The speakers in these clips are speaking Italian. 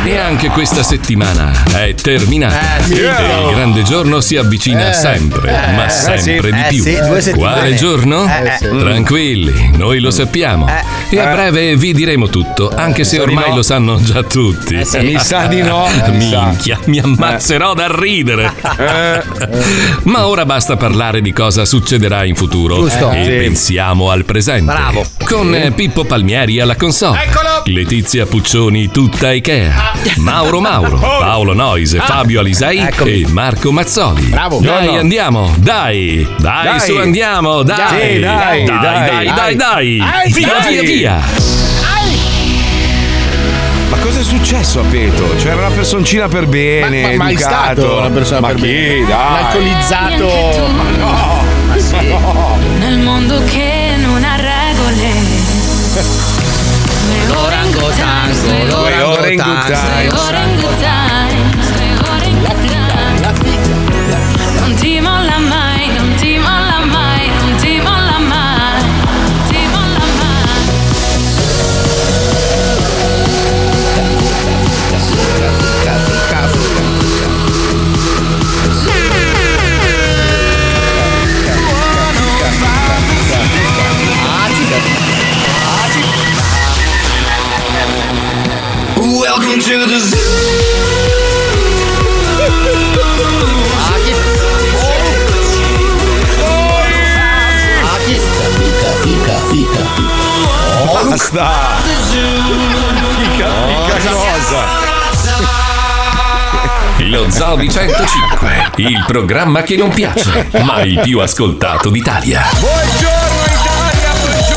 E anche questa settimana è terminata. E il grande giorno si avvicina sempre, ma sempre di più. Quale giorno? Tranquilli, noi lo sappiamo. E a breve vi diremo tutto, anche se ormai lo sanno già tutti. Mi sa di no. Minchia, mi ammazzerò da ridere. Ma ora basta parlare di cosa succederà in futuro. Giusto. E pensiamo al presente. Bravo. Con Pippo Palmieri alla console. Eccolo. Letizia Puccioni tutta Ikea. Mauro Mauro, Paolo Noise, Fabio Alisei e Marco Mazzoli. Bravo. Dai, andiamo. Dai, su, andiamo. Dai, Sì, dai. Via. Ma cosa è successo a Peto? C'era una personcina per bene, Ma mai educato. stato una persona ma per chi? bene? Dai. Un alcolizzato. Ma no. Ma sì. Nel mondo che non ha regole. Orangutans. Non ti molla mai, non ti molla mai, non ti molla mai, non ti molla mai. Welcome to the zoo. Basta. Fica cosa? Lo Zoo di 105, il programma che non piace, ma il più ascoltato d'Italia. Buongiorno Italia,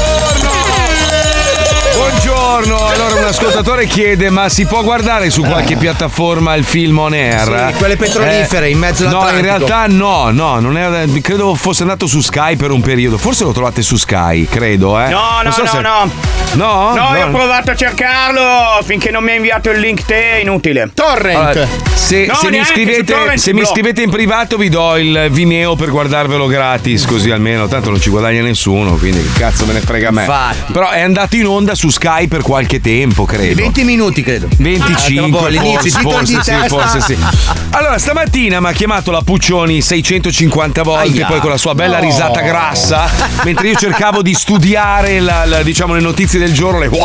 buongiorno. Allora un ascoltatore chiede: ma si può guardare su qualche piattaforma il film on air? Sì, quelle petrolifere in mezzo all'Atlantico. No, in realtà no, non è, credo fosse andato su Sky per un periodo. Forse lo trovate su Sky, credo, eh. No, No? io ho provato a cercarlo finché non mi hai inviato il link te, è inutile. Torrent. Allora, se mi scrivete in privato vi do il Vimeo per guardarvelo gratis, così almeno tanto non ci guadagna nessuno, quindi che cazzo me ne frega a me. Infatti. Però è andato in onda su Sky per qualche tempo, credo. 20 minuti credo. 25 all'inizio, forse sì. Allora stamattina mi ha chiamato la Puccioni 650 volte, poi con la sua bella risata grassa, mentre io cercavo di studiare diciamo le notizie del giorno, le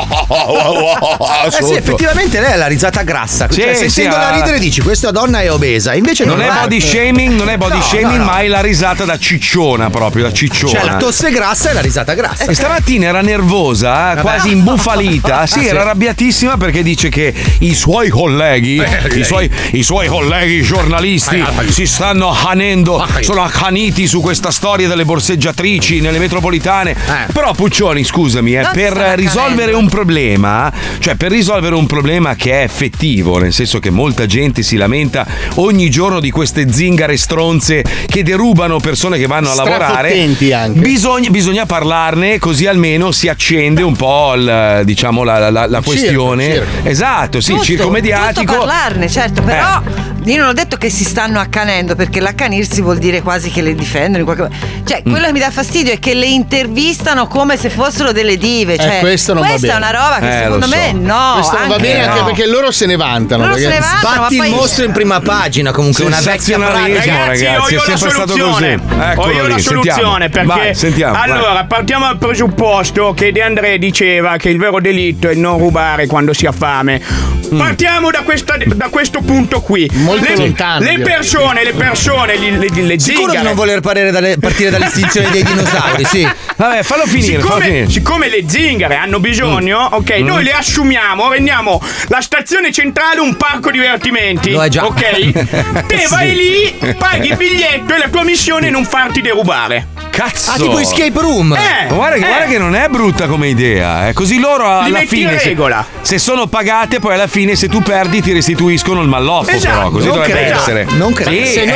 Sì, effettivamente lei ha la risata grassa. Sì, cioè, sentendola ridere dici questa donna è obesa, invece non è body shaming, no. ma è la risata da cicciona, proprio da cicciona. Cioè la tosse grassa e la risata grassa. E stamattina era nervosa, quasi imbufalita. Sì, era arrabbiatissima perché dice che i suoi colleghi, i suoi colleghi giornalisti si stanno accanendo, sono accaniti su questa storia delle borseggiatrici nelle metropolitane. Però Puccioni, scusami, per risolvere un problema, cioè per risolvere un problema che è effettivo, nel senso che molta gente si lamenta ogni giorno di queste zingare stronze che derubano persone che vanno a lavorare. Anche. Bisogna parlarne, così almeno si accende un po' la questione. Circo. Esatto, sì, il circo mediatico. Giusto parlarne, certo, però io non ho detto che si stanno accanendo, perché l'accanirsi vuol dire quasi che le difendono in qualche modo. Cioè, quello che mi dà fastidio è che le intervistano come se fossero delle dive. Cioè, questo non va bene. Questa è una roba che secondo me no. Questo non va bene anche perché loro se ne vantano. Loro se ne vantano, Sbatti ma il poi mostro in prima pagina, comunque una vecchia pratica. Ragazzi, è sempre stato così. Ho io la soluzione, perché vai, sentiamo, allora partiamo dal presupposto che De André diceva che il vero delitto è il non rubare quando si ha fame. Partiamo da questo punto qui. Molto lontano. Le persone, le Sicuro di non voler partire dall'estinzione dei dinosauri, sì. Vabbè, fallo finire. Siccome le zingare hanno bisogno, noi le assumiamo, rendiamo la stazione centrale un parco divertimenti. Lo è già. Ok? Te vai lì, paghi il biglietto e la tua missione è non farti derubare. Cazzo! Tipo escape room. Guarda che non è brutta come idea. Così loro alla fine, regola. se sono pagate, poi alla fine se tu perdi ti restituiscono il malloppo. Esatto, però così dovrebbe essere. Non credo. Sì, Se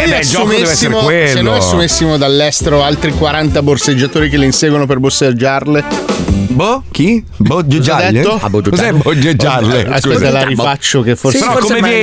noi assumessimo dall'estero altri 40 borseggiatori che le inseguono per borseggiarle, Chi? Bogge gialle? Cos'è bogge gialle? Aspetta, la rifaccio che forse. Però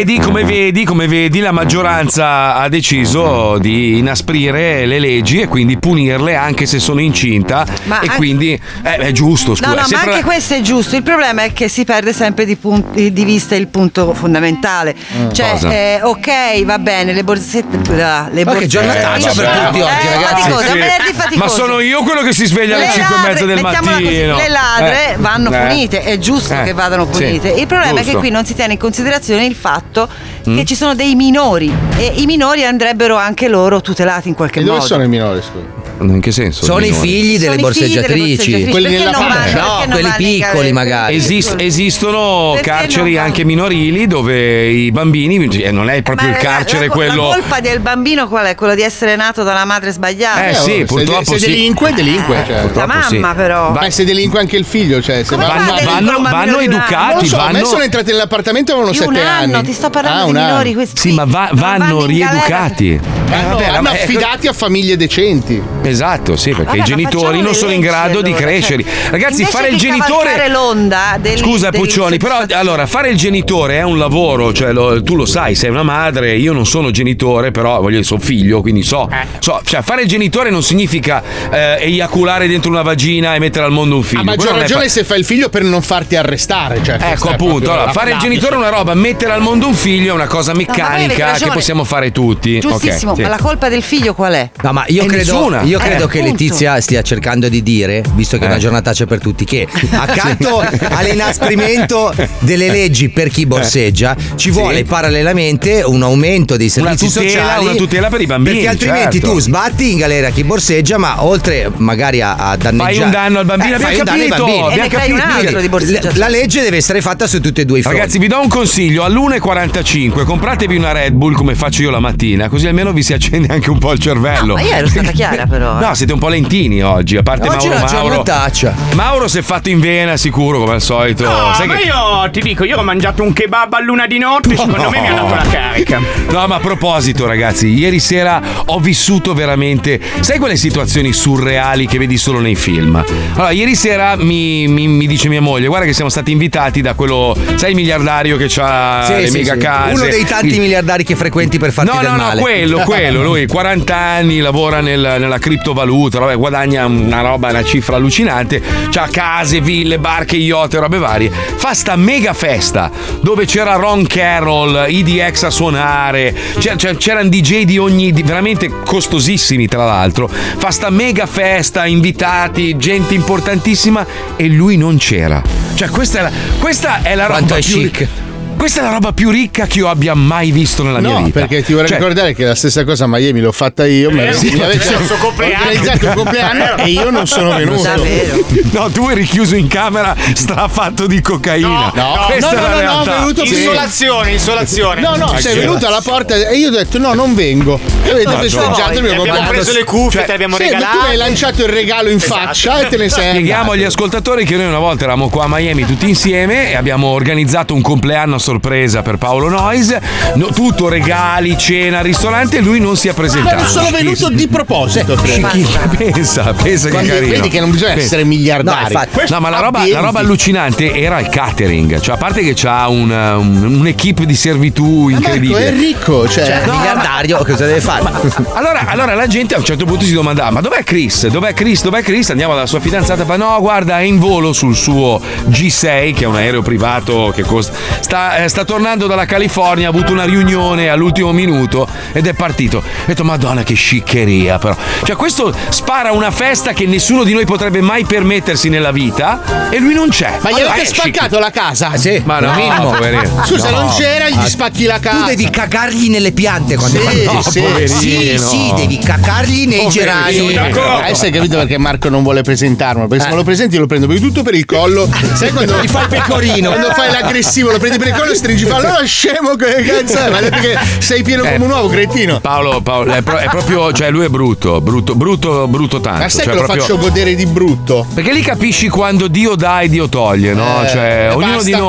come vedi, la maggioranza ha deciso di inasprire le leggi e quindi punirle anche se sono incinta. Quindi è giusto, scusa. No, ma anche questo è giusto. Il problema è che si perde sempre di vista il punto fondamentale. Cioè, ok, va bene, le borsette. Che giornataccia per tutti oggi, ragazzi. Faticoso. Ma sono io quello che si sveglia alle 5:30 del mattino. Le ladre vanno punite, è giusto che vadano punite. Il problema è che qui non si tiene in considerazione il fatto che ci sono dei minori e i minori andrebbero anche loro tutelati in qualche modo. Dove sono i minori, scusa? In che senso? Sono i figli delle borseggiatrici. Quelli nella pancia? No, quelli piccoli magari. Esistono carceri anche minorili dove i bambini, non è proprio il carcere quello. La colpa del bambino qual è? Quello di essere nato da una madre sbagliata. Sì, purtroppo se delinque. La mamma però. Ma se delinque anche il figlio, cioè se vanno educati. Non lo so, a me sono entrati nell'appartamento avevano 7 anni. Ti sto parlando di minori questi. Sì, ma vanno rieducati. Vanno affidati a famiglie decenti. Esatto, sì, perché i genitori non sono in grado di crescere. Ragazzi, fare il genitore. L'onda Scusa, Puccioni, però allora fare il genitore è un lavoro, cioè tu lo sai, sei una madre, io non sono genitore, però sono figlio, quindi so, cioè fare il genitore non significa eiaculare dentro una vagina e mettere al mondo un figlio. A maggior ragione se fai il figlio per non farti arrestare, cioè. Ecco, appunto, allora, fare il genitore è una roba, mettere al mondo un figlio è una cosa meccanica che possiamo fare tutti. Giustissimo, ma la colpa del figlio qual è? No, ma io credo che Letizia stia cercando di dire, visto che è una giornata c'è per tutti, che accanto all'inasprimento delle leggi per chi borseggia ci vuole parallelamente un aumento dei servizi sociali, una tutela per i bambini, perché altrimenti tu sbatti in galera chi borseggia, ma oltre magari a danneggiare, fai un danno al bambino. Abbiamo capito. La legge deve essere fatta su tutti e due i fronti. Ragazzi, vi do un consiglio: all'1:45 compratevi una Red Bull come faccio io la mattina, così almeno vi si accende anche un po' il cervello. Ma io ero stata chiara, però. No, siete un po' lentini oggi, a parte oggi Mauro si è fatto in vena sicuro come al solito. No, sai ma io ti dico, io ho mangiato un kebab a luna di notte, secondo me mi ha dato la carica. No, ma a proposito, ragazzi, ieri sera ho vissuto veramente, sai quelle situazioni surreali che vedi solo nei film? Allora, ieri sera mi dice mia moglie, guarda che siamo stati invitati da quello, sai, il miliardario che c'ha le mega case. Uno dei tanti miliardari che frequenti per farti del male. No, quello, lui 40 anni, lavora nella criptovaluta, guadagna una cifra allucinante, c'ha case, ville, barche, yacht e robe varie. Fa sta mega festa dove c'era Ron Carroll, IDX a suonare, c'erano DJ veramente costosissimi, tra l'altro. Fa sta mega festa, invitati, gente importantissima, e lui non c'era. Cioè questa è la roba più chic. Questa è la roba più ricca che io abbia mai visto nella mia vita. Perché ti vorrei ricordare che la stessa cosa a Miami l'ho fatta io, mi avete organizzato un compleanno e io non sono venuto. No, tu eri chiuso in camera strafatto di cocaina. No, venuto Isolazione. No, sei venuto alla porta e io ho detto no, non vengo. E avete festeggiato il mio compleanno. Abbiamo preso le cuffie, te abbiamo regalato. Tu mi hai lanciato il regalo in faccia e te ne sei andato. Spieghiamo agli ascoltatori che noi una volta eravamo qua a Miami tutti insieme e abbiamo organizzato un compleanno sorpresa per Paolo Noyes, tutto regali, cena, ristorante, e lui non si è presentato. Ma non sono venuto di proposito. Pensa che carino. Vedi che non bisogna essere miliardari. No, ma la roba allucinante era il catering, cioè a parte che c'ha un'equipe di servitù incredibile. È ricco, cioè miliardario, cosa deve fare? Allora la gente a un certo punto si domandava: ma dov'è Chris? Andiamo dalla sua fidanzata e fa: no, guarda, è in volo sul suo G6, che è un aereo privato che costa, sta tornando dalla California, ha avuto una riunione all'ultimo minuto ed è partito. Ho detto: madonna, che sciccheria, però. Cioè, questo spara una festa che nessuno di noi potrebbe mai permettersi nella vita e lui non c'è. Ma gli avete spaccato la casa? Sì, ma no, minimo. Scusa, non c'era, gli spacchi la casa. Tu devi cagargli nelle piante quando sì, devi cagargli nei gerai. Adesso hai capito perché Marco non vuole presentarlo, perché se me lo presenti lo prendo tutto per il collo. Sai quando gli fai il pecorino, quando fai l'aggressivo lo prendi per il collo lo stringi, fa allora scemo che cazzo è? Ma ha detto che sei pieno come un uovo, cretino. Paolo è proprio, cioè lui è brutto tanto. Ma sai cioè, che lo faccio godere di brutto? Perché lì capisci quando Dio dà e Dio toglie, no? Cioè, ognuno di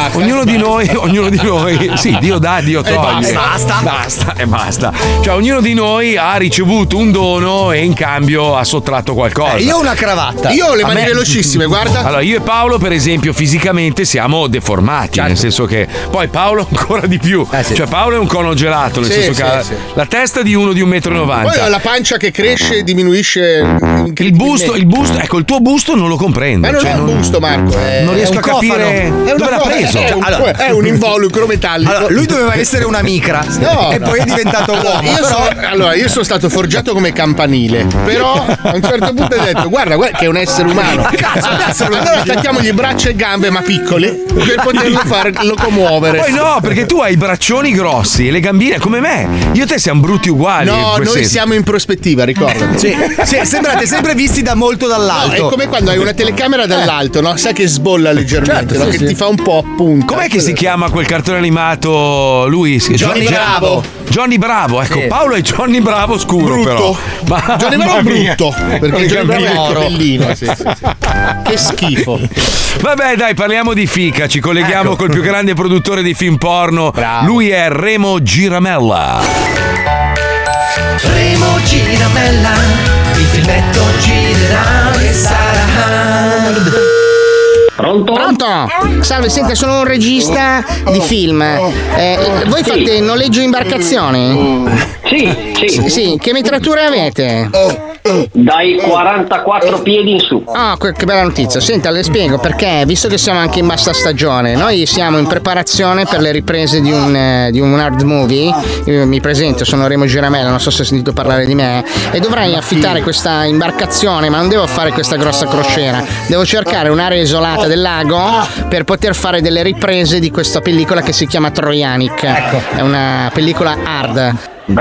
noi, sì, Dio dà e Dio toglie. Basta. Cioè, ognuno di noi ha ricevuto un dono e in cambio ha sottratto qualcosa. Io ho una cravatta. Io ho le mani velocissime, guarda. Allora, io e Paolo, per esempio, fisicamente siamo deformati, nel senso che poi Paolo ancora di più. Sì. Cioè, Paolo è un conogelato, nel senso che ha la testa di uno di 1,90 m. Poi ho la pancia che cresce e diminuisce. Il busto, ecco, il tuo busto non lo comprendo. Ma non è un busto, Marco. Non riesco a capire dove l'ha preso. È un involucro metallico. Allora, lui doveva essere una micra e poi è diventato uomo. Io sono stato forgiato come campanile, però a un certo punto hai detto guarda che è un essere umano. Allora attacchiamogli braccia e gambe ma piccole per poterlo fare locomuovere. Poi no, perché tu hai i braccioni grossi e le gambine come me. Io e te siamo brutti uguali. No, noi siamo in prospettiva, ricordati. Sì, sembrate sempre visti da molto dall'alto. No, è come quando hai una telecamera dall'alto, no? Sai che sbolla leggermente, no? Che ti fa un po' a punta. Com'è che si chiama quel cartone animato? Lui Johnny Bravo. Johnny Bravo, ecco, Paolo è Johnny Bravo scuro, brutto. Però. Johnny Bravo è brutto, perché Johnny Bravo è il bellino. Sì. Che schifo. Vabbè, dai, parliamo di fica. Ci colleghiamo col più grande produttore di film porno. Bravo. Lui è Remo Giramella. Remo Giramella, il filmetto girerà e sarà hard. Pronto? Salve, senta, sono un regista di film. Voi fate noleggio imbarcazioni? Sì, che metrature avete? Dai 44 piedi in su. Che bella notizia. Senta, le spiego perché, visto che siamo anche in bassa stagione, noi siamo in preparazione per le riprese di un hard movie. Io mi presento, sono Remo Giramella, non so se hai sentito parlare di me, e dovrei affittare questa imbarcazione, ma non devo fare questa grossa crociera, devo cercare un'area isolata del lago per poter fare delle riprese di questa pellicola che si chiama Troianic. È una pellicola hard.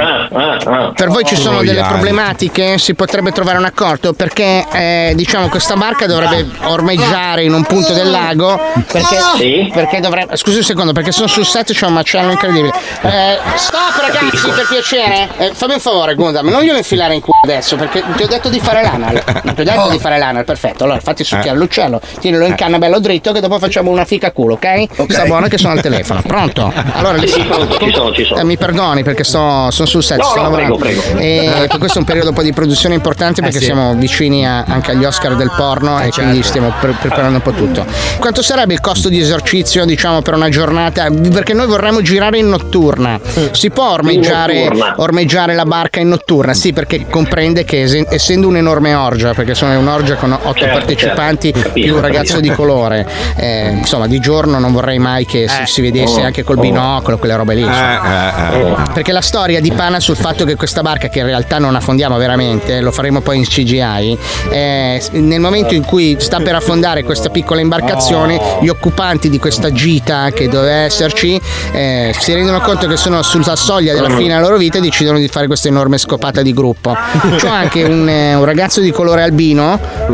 Per voi ci sono delle problematiche? Si potrebbe trovare un accordo? Perché diciamo questa barca dovrebbe ormeggiare in un punto del lago perché dovrebbe. Scusi un secondo, perché sono sul set e c'è un macello incredibile. Stop ragazzi, per piacere. Fammi un favore, Gundam, non glielo infilare in culo adesso, perché ti ho detto di fare l'anal. Perfetto. Allora fatti succhiare l'uccello, tienilo in canna bello dritto, che dopo facciamo una fica a culo, ok? Sta buono che sono al telefono. Pronto? Allora ci sono. Mi perdoni perché sono sul set, sto lavorando. Prego. E questo è un periodo poi di produzione importante perché siamo vicini anche agli Oscar del porno e quindi stiamo preparando un po' tutto. Quanto sarebbe il costo di esercizio, diciamo, per una giornata? Perché noi vorremmo girare in notturna. Si può ormeggiare la barca in notturna? Sì, perché comprende che essendo un'enorme orgia, perché sono un'orgia con 8 partecipanti più un ragazzo di colore, insomma di giorno non vorrei mai che si vedesse anche col binocolo, quelle robe lì. Perché la storia dipana sul fatto che questa barca, che in realtà non affondiamo veramente, lo faremo poi in CGI, nel momento in cui sta per affondare questa piccola imbarcazione, gli occupanti di questa gita che doveva esserci si rendono conto che sono sulla soglia della fine della loro vita e decidono di fare questa enorme scopata di gruppo. C'ho anche un ragazzo di colore albino,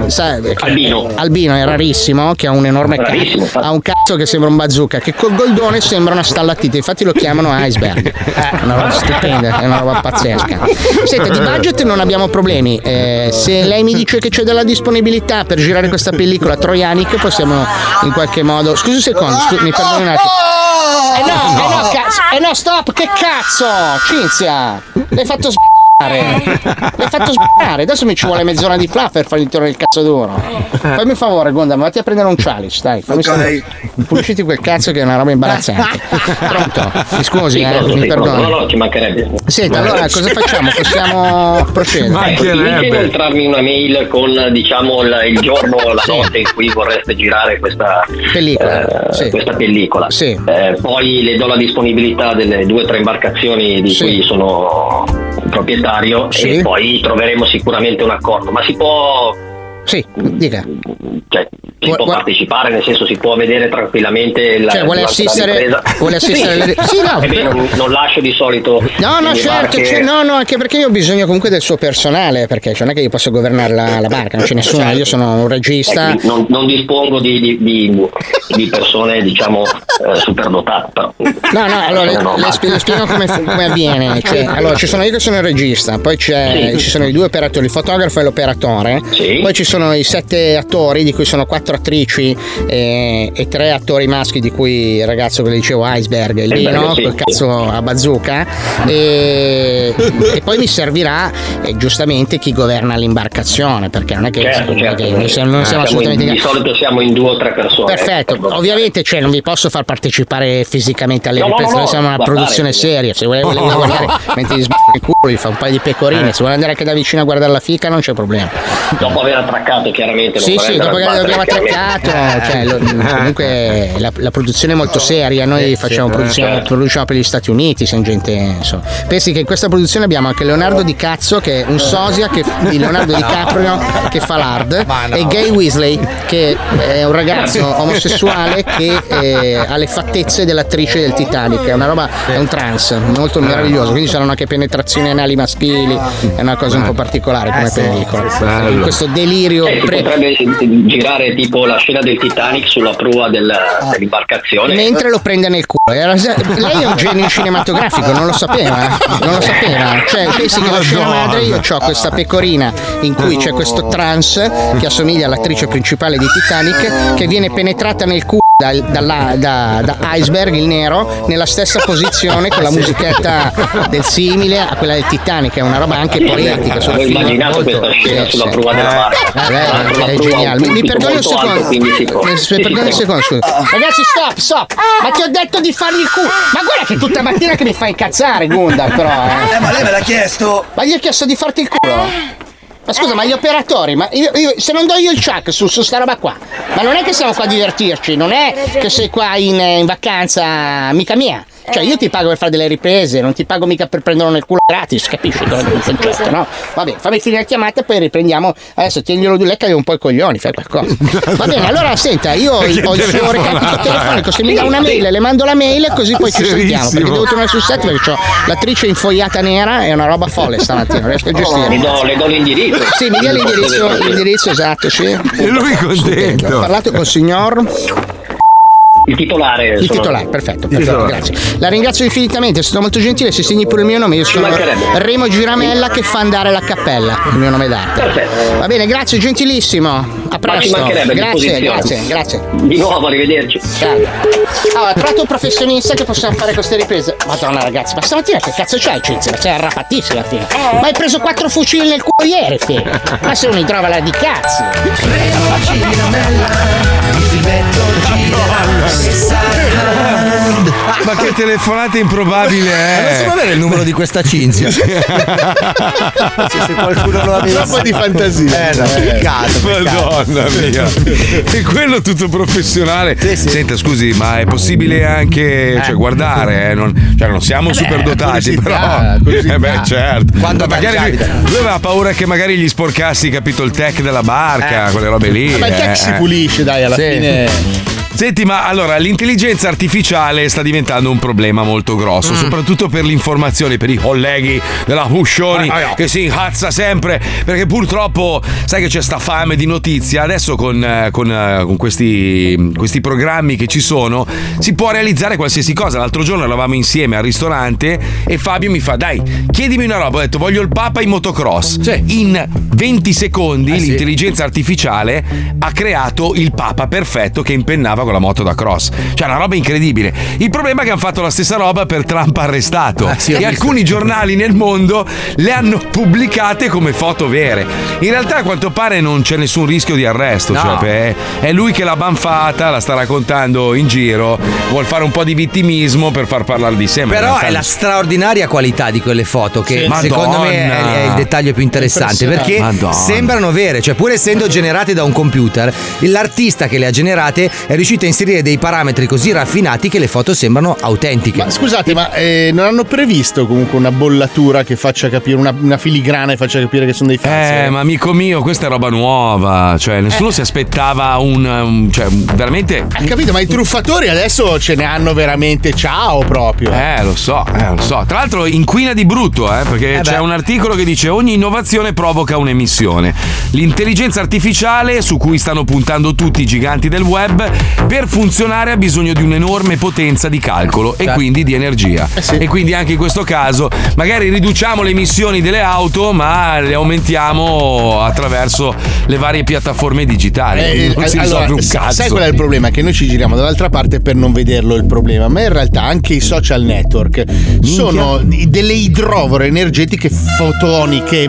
albino è rarissimo, che ha un enorme ha un cazzo che sembra un bazooka, che col goldone sembra una stalactite, infatti lo chiamano iceberg. Una roba stupenda, è una roba pazzesca. Senta, di budget non abbiamo problemi, se lei mi dice che c'è della disponibilità per girare questa pellicola Troianic, possiamo in qualche modo. Scusi un secondo, mi perdoni un attimo. No, stop, che cazzo, Cinzia, l'hai fatto sbagliare. Adesso mi ci vuole mezz'ora di fla per fargli tornare il cazzo duro. Fammi un favore, Gondam, vatti a prendere un chalice, dai. Pulisciti quel cazzo che è una roba imbarazzante. Pronto? Mi scusi, mi perdoni. No, ci mancherebbe. Senta, allora cosa facciamo? Possiamo procedere? Ti dice inoltrarmi una mail con, diciamo, il giorno o la notte in cui vorreste girare questa pellicola. Questa pellicola. Sì. Poi le do la disponibilità delle 2 o 3 imbarcazioni di cui sono proprietario e poi troveremo sicuramente un accordo, ma si può Sì, dica. Cioè, si può partecipare, nel senso si può vedere tranquillamente la, vuole assistere sì, no, non lascio di solito. No, certo, no, anche perché io ho bisogno comunque del suo personale, perché non è che io posso governare la barca, non c'è nessuno, io sono un regista. Non dispongo di persone, diciamo, superdotate, però. No, allora le spiego come avviene. Cioè, allora ci sono io che sono il regista, poi ci sono i 2 operatori, il fotografo e l'operatore, poi ci sono i 7 attori, di cui sono 4 attrici e 3 attori maschi, di cui il ragazzo che le dicevo, Iceberg, il Lino, col cazzo a bazooka, e poi mi servirà giustamente chi governa l'imbarcazione, perché non è che non siamo assolutamente di solito siamo in 2 o 3 persone. Perfetto, ovviamente non vi posso far partecipare fisicamente alle riprese, noi siamo una produzione seria, se volete guardare mentre gli sbatti il culo, gli fa un paio di pecorine, se vuole andare anche da vicino a guardare la fica non c'è problema. Dopo aver attraccato chiaramente. Sì, dopo che abbiamo attraccato, comunque la produzione è molto seria, noi produciamo per gli Stati Uniti, siamo gente, insomma. Pensi che in questa produzione abbiamo anche Leonardo Di Cazzo, che è un sosia di Leonardo DiCaprio, che fa l'hard, e Gay Weasley, che è un ragazzo omosessuale che ha le fattezze dell'attrice del Titanic, è una roba, è un trans molto meraviglioso, quindi saranno anche penetrazioni anali maschili, è una cosa un po' particolare come pellicola. Questo delirio potrebbe girare tipo la scena del Titanic sulla prua dell'imbarcazione mentre lo prende nel culo. Lei è un genio cinematografico, non lo sapeva, cioè pensi che la scena madre, io ho questa pecorina in cui c'è questo trans che assomiglia all'attrice principale di Titanic, che viene penetrata nel culo da Iceberg, il nero, nella stessa posizione, con la musichetta del simile a quella del Titanic, è una roba anche poetica. Ho immaginato questa scena sulla prua della barca. È geniale. Mi perdoni un secondo, scusa. Ragazzi, stop, ma ti ho detto di fargli il culo. Ma guarda che tutta mattina che mi fai incazzare, Gundar, però. Ma lei me l'ha chiesto. Ma gli ho chiesto di farti il culo? Ma scusa, ma gli operatori, ma io se non do io il chuck su sta roba qua, ma non è che siamo qua a divertirci, non è che sei qua in vacanza, amica mia. Cioè io ti pago per fare delle riprese, non ti pago mica per prenderlo nel culo gratis, capisci il concetto, no? Vabbè, fammi finire la chiamata e poi riprendiamo. Adesso tienilo giù, lecca un po' i coglioni, fai qualcosa. Va bene, allora senta, io ho il suo recapito telefonico, se mi dà una mail le mando la mail così poi ci sentiamo, perché devo tornare sul set perché ho l'attrice infogliata nera, è una roba folle stamattina, non riesco a gestire. Le do l'indirizzo. Sì, mi dia l'indirizzo esatto, sì. E lui contento. Ho parlato col signor... Il titolare, perfetto, grazie. La ringrazio infinitamente, è stato molto gentile, si segni pure il mio nome, io sono Remo Giramella, che fa andare alla cappella, il mio nome d'arte. Perfetto. Va bene, grazie, gentilissimo. A presto. Grazie. Di nuovo, arrivederci. Allora, trovato un professionista che possiamo fare queste riprese. Madonna ragazzi, ma stamattina che cazzo c'hai, Cinzia? Sei arrapatissima, fine. Ma hai preso 4 fucili nel culo ieri, fine. Ma se non mi trova la di cazzi. Remo Giramella, il filmetto girerà. Ma che telefonata improbabile è! Non so avere il numero di questa Cinzia. Se qualcuno lo aveva. Un po' di fantasia. Peccato. Madonna mia. E quello tutto professionale. Sì. Senta, scusi, ma è possibile anche guardare? Non siamo super dotati, però. Certo. Quando magari lui aveva paura che magari gli sporcassi, capito, il tech della barca, quelle robe lì. Ma il tech si pulisce, dai, alla fine. Senti, ma allora l'intelligenza artificiale sta diventando un problema molto grosso, soprattutto per l'informazione, per i colleghi della Puscioni che si incazza sempre, perché purtroppo sai che c'è sta fame di notizia. Adesso con questi programmi che ci sono si può realizzare qualsiasi cosa. L'altro giorno eravamo insieme al ristorante e Fabio mi fa: dai, chiedimi una roba. Ho detto: voglio il Papa in motocross. In 20 secondi l'intelligenza artificiale ha creato il Papa perfetto che impennava con la moto da cross. Cioè una roba incredibile. Il problema è che hanno fatto la stessa roba per Trump arrestato e alcuni giornali nel mondo le hanno pubblicate come foto vere. In realtà a quanto pare non c'è nessun rischio di arresto, cioè è lui che l'ha banfata, la sta raccontando in giro, vuol fare un po' di vittimismo per far parlare di sé. Però è la straordinaria qualità di quelle foto che secondo me è il dettaglio più interessante, perché sembrano vere, cioè pur essendo generate da un computer, l'artista che le ha generate è riuscito riuscito a inserire dei parametri così raffinati che le foto sembrano autentiche. Ma scusate, ma non hanno previsto comunque una bollatura che faccia capire, una filigrana e faccia capire che sono dei falsi? Ma amico mio, questa è roba nuova, cioè nessuno si aspettava cioè veramente. Hai capito, ma i truffatori adesso ce ne hanno veramente, ciao proprio. Lo so. Tra l'altro inquina di brutto, perché c'è un articolo che dice ogni innovazione provoca un'emissione. L'intelligenza artificiale su cui stanno puntando tutti i giganti del web per funzionare ha bisogno di un'enorme potenza di calcolo e quindi di energia. E quindi anche in questo caso magari riduciamo le emissioni delle auto, ma le aumentiamo attraverso le varie piattaforme digitali. Non si risolve un cazzo. Sai qual è il problema? Che noi ci giriamo dall'altra parte per non vederlo il problema, ma in realtà anche i social network sono delle idrovore energetiche fotoniche.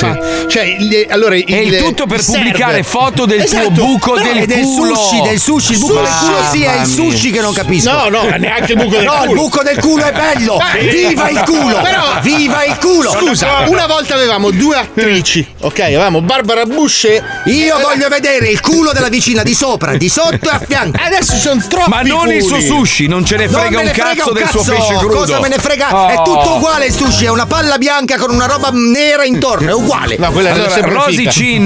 Cioè, allora il tutto per pubblicare foto del tuo buco del culo. Del sushi, il buco del culo è il sushi che non capisco. No, neanche il buco del culo. No, il buco del culo è bello. Viva il culo! Però, viva il culo! Scusa, una volta avevamo due attrici, ok? Avevamo Barbara Boucher. Io voglio vedere il culo della vicina di sopra, di sotto e a fianco. Adesso sono troppi. Ma non culi. il suo sushi, non ce ne frega un cazzo del suo pesce crudo. Cosa me ne frega? È tutto uguale il sushi, è una palla bianca con una roba nera intorno, è uguale. No, quella allora, Rosy Chin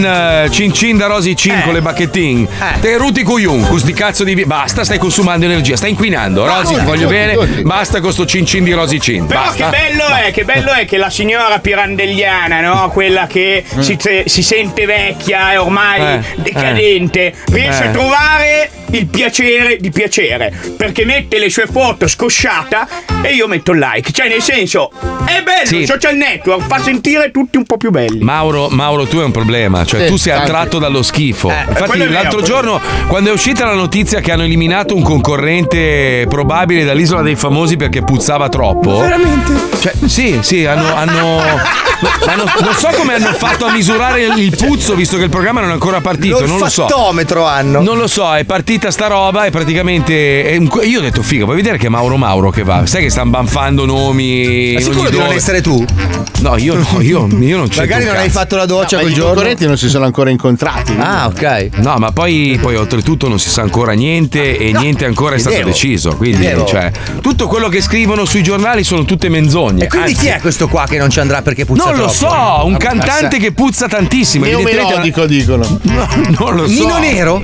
da Rosy Chin con le bacchettine. Te ruti cuyun, sti cazzo di basta, stai consumando energia, stai inquinando. Rosy, ti voglio bene, basta con sto cin di Rosy Chin. Però basta. che bello è che la signora pirandelliana, no? Quella che si sente vecchia e ormai decadente, riesce a trovare il piacere di piacere, perché mette le sue foto scosciata e io metto il like. Cioè, nel senso, è bello, il social network fa sentire tutti un po' più belli. Mauro, tu hai un problema, cioè tu sei attratto dallo schifo. Infatti l'altro giorno, quando è uscita la notizia che hanno eliminato un concorrente probabile dall'Isola dei Famosi perché puzzava troppo. Veramente? Cioè, sì, hanno non so come hanno fatto a misurare il puzzo, visto che il programma non è ancora partito, non lo so. L'olfattometro hanno. Non lo so, è partita sta roba e praticamente io ho detto figa, puoi vedere che è Mauro che va. Sai che stanno banfando nomi. Ma sicuro di non essere tu? No, io non c'è. Magari non hai fatto la doccia quel i giorno. I concorrenti non si sono ancora incontrati. Ah, ok. No, ma poi oltretutto non si sa ancora niente e niente ancora è stato deciso. Quindi, cioè, tutto quello che scrivono sui giornali sono tutte menzogne. E quindi chi è questo qua che non ci andrà perché puzza troppo? Non lo so, un cantante che puzza tantissimo. Neomelodico dicono. No, non lo so. Nino Nero?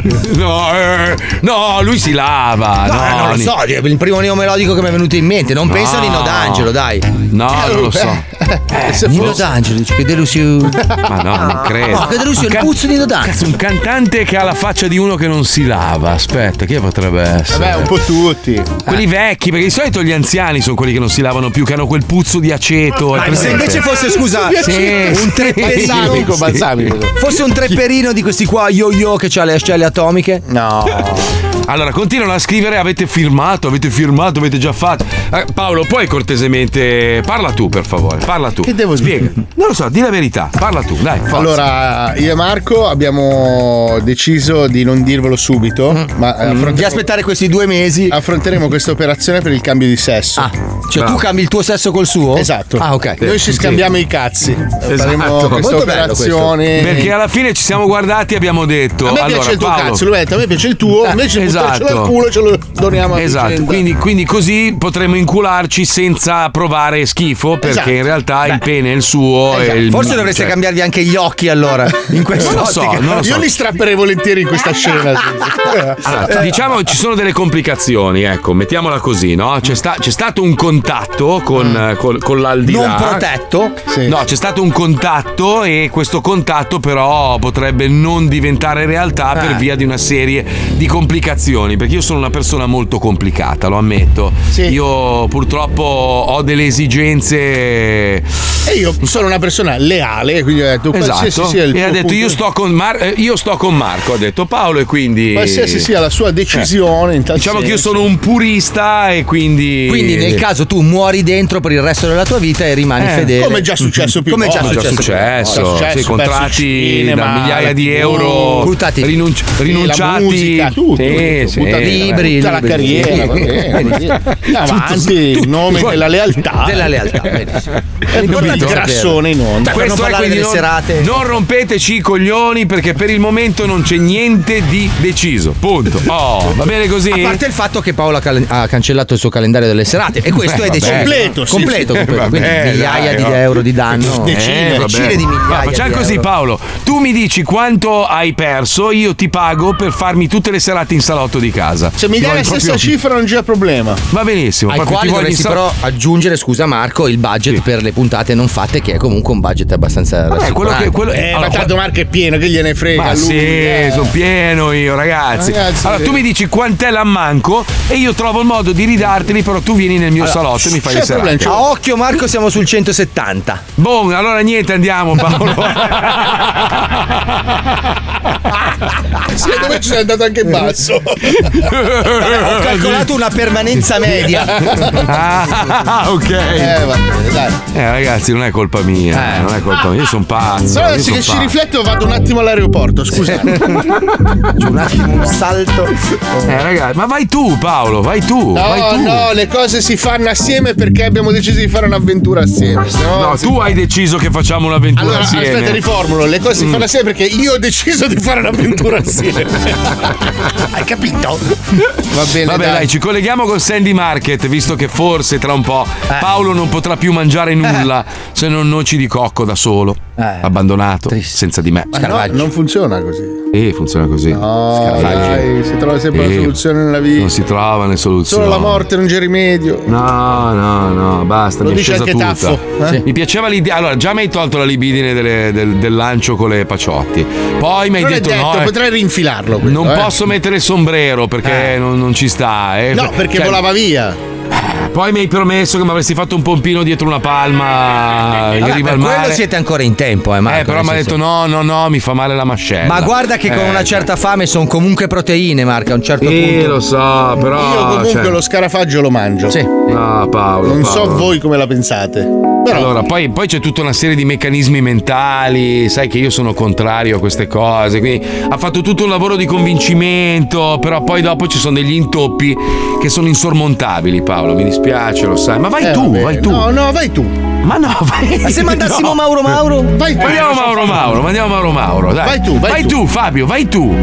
No, lui si lava. No, non lo so, è il primo neomelodico che mi è venuto in mente. Non pensa a Nino D'Angelo, dai. No, non lo so. Nino D'Angelo, dice che delusione. Ma no, non credo. No, che delusione, il puzzo di Nino D'Angelo. Cazzo, un cantante che ha la faccia di uno che non si lava. Aspetta, chi potrebbe essere? Vabbè, un po' tutti. Quelli vecchi, perché di solito gli anziani sono quelli che non si lavano più, che hanno quel puzzo di aceto. Ma se invece fosse, scusa, un trepperino balsamico. Fosse un trepperino di questi qua yo-yo che ha le ascelle atomiche? No. Allora, continuano a scrivere: avete firmato, avete già fatto. Paolo, puoi cortesemente parla tu, per favore. Parla tu. Che devo spiega? Non lo so, di la verità. Parla tu, dai. Forza. Allora, io e Marco abbiamo deciso di non dirvelo subito, ma di aspettare questi 2 mesi. Affronteremo questa operazione per il cambio di sesso. Cioè tu cambi il tuo sesso col suo? Esatto. Ah, ok. Noi ci scambiamo i cazzi. Faremo questa Molto operazione. Perché alla fine ci siamo guardati e abbiamo detto: a me piace il tuo Paolo, cazzo, lui ha detto, a me piace il tuo, invece buttarcelo al culo ce lo doniamo a Esatto, quindi così potremo incularci senza provare schifo, perché in realtà il pene è il suo. E forse dovreste cambiarvi anche gli occhi allora. In questa non lo so. Io li strapperei volentieri in questa scena. Allora, diciamo ci sono delle complicazioni, ecco, mettiamola così, no? C'è stato un contatto con l'aldilà. Non protetto? Sì. No, c'è stato un contatto e questo contatto però potrebbe non diventare realtà per via di una serie di complicazioni, perché io sono una persona molto complicata, lo ammetto. Sì. Io purtroppo ho delle esigenze e io sono una persona leale, quindi ho detto qualsiasi sia il e ha detto punto... io sto con Marco, ha detto Paolo, e quindi qualsiasi sia la sua decisione in tal diciamo senso. Che io sono un purista e quindi nel caso tu muori dentro per il resto della tua vita e rimani fedele, come è già successo più volte. Come è già successo, sì, contratti cinema, da migliaia di euro rinunciati, la musica, tutto. libri, tutta la carriera, va bene, così. Avanti, il nome della lealtà. Della lealtà, benissimo. Il grassone in onda. Questo è, quindi non rompeteci i coglioni, perché per il momento non c'è niente di deciso. Punto. Va bene così? A parte il fatto che Paolo ha cancellato il suo calendario delle serate, e questo è deciso. Completo. Quindi migliaia di euro di danno. Decine di migliaia. Facciamo così, Paolo. Tu mi dici quanto hai perso, io ti pago per farmi tutte le serate in salotto di casa. Se mi dai la stessa cifra non c'è problema. Va benissimo. Ai quali dovresti però aggiungere, scusa Marco, il budget per le puntate non fatte, che è comunque un budget abbastanza rassicurante. Ma tanto Marco è pieno, che gliene frega. Ma sono pieno io, ragazzi. Allora tu mi dici quant'è l'ammanco e io trovo il modo di ridarteli, però tu vieni nel mio salotto e mi fai le serate. A occhio Marco, siamo sul 170. Boh, allora niente, andiamo Paolo. Secondo me ci sei andato anche basso. Ho calcolato una permanenza media. Ok. Va bene, dai. Ragazzi, non è colpa mia. Non è colpa mia, io sono pazzo. Però adesso che ci rifletto vado un attimo all'aeroporto, scusa. Un attimo un salto. Ragazzi, ma vai tu Paolo, vai tu. No, le cose si fanno assieme perché abbiamo deciso di fare un'avventura assieme. No, tu hai deciso che facciamo un'avventura assieme. Aspetta, riformulo. Le cose si fanno assieme perché io ho deciso di fare un'avventura assieme. Hai capito? Va bene. Vabbè, dai, ci colleghiamo con Sandy Market, visto che forse tra un po' Paolo non potrà più mangiare nulla se non noci di cocco da solo. Abbandonato, senza di me. No, non funziona così. Funziona così. No, dai, si trova sempre una soluzione nella vita. Non si trova una soluzione. Solo la morte non c'è rimedio. No, basta. Lo mi è dice scesa anche tutta. Taffo. Sì. Mi piaceva l'idea. Allora, già mi hai tolto la libidine del lancio con le paciotti. Poi mi hai detto no. Potrei rinfilarlo. Questo, non posso mettere il sombrero perché non ci sta. No, perché volava via. Poi mi hai promesso che mi avresti fatto un pompino dietro una palma in riva al mare. Quello siete ancora in tempo, Marco, però mi ha detto no, mi fa male la mascella. Ma guarda che con una certa fame sono comunque proteine, Marco, a un certo punto. Lo so, però io comunque lo scarafaggio lo mangio. Sì. No, Paolo. Non so voi come la pensate. Però... Allora, poi c'è tutta una serie di meccanismi mentali, sai che io sono contrario a queste cose, quindi ha fatto tutto un lavoro di convincimento, però poi dopo ci sono degli intoppi che sono insormontabili, Paolo, mi dispiace, lo sai, ma vai tu. No, vai tu. Ma no, vai. Ma se mandassimo Mauro? Vai tu. Mandiamo Mauro, dai. Vai tu, Fabio, vai tu.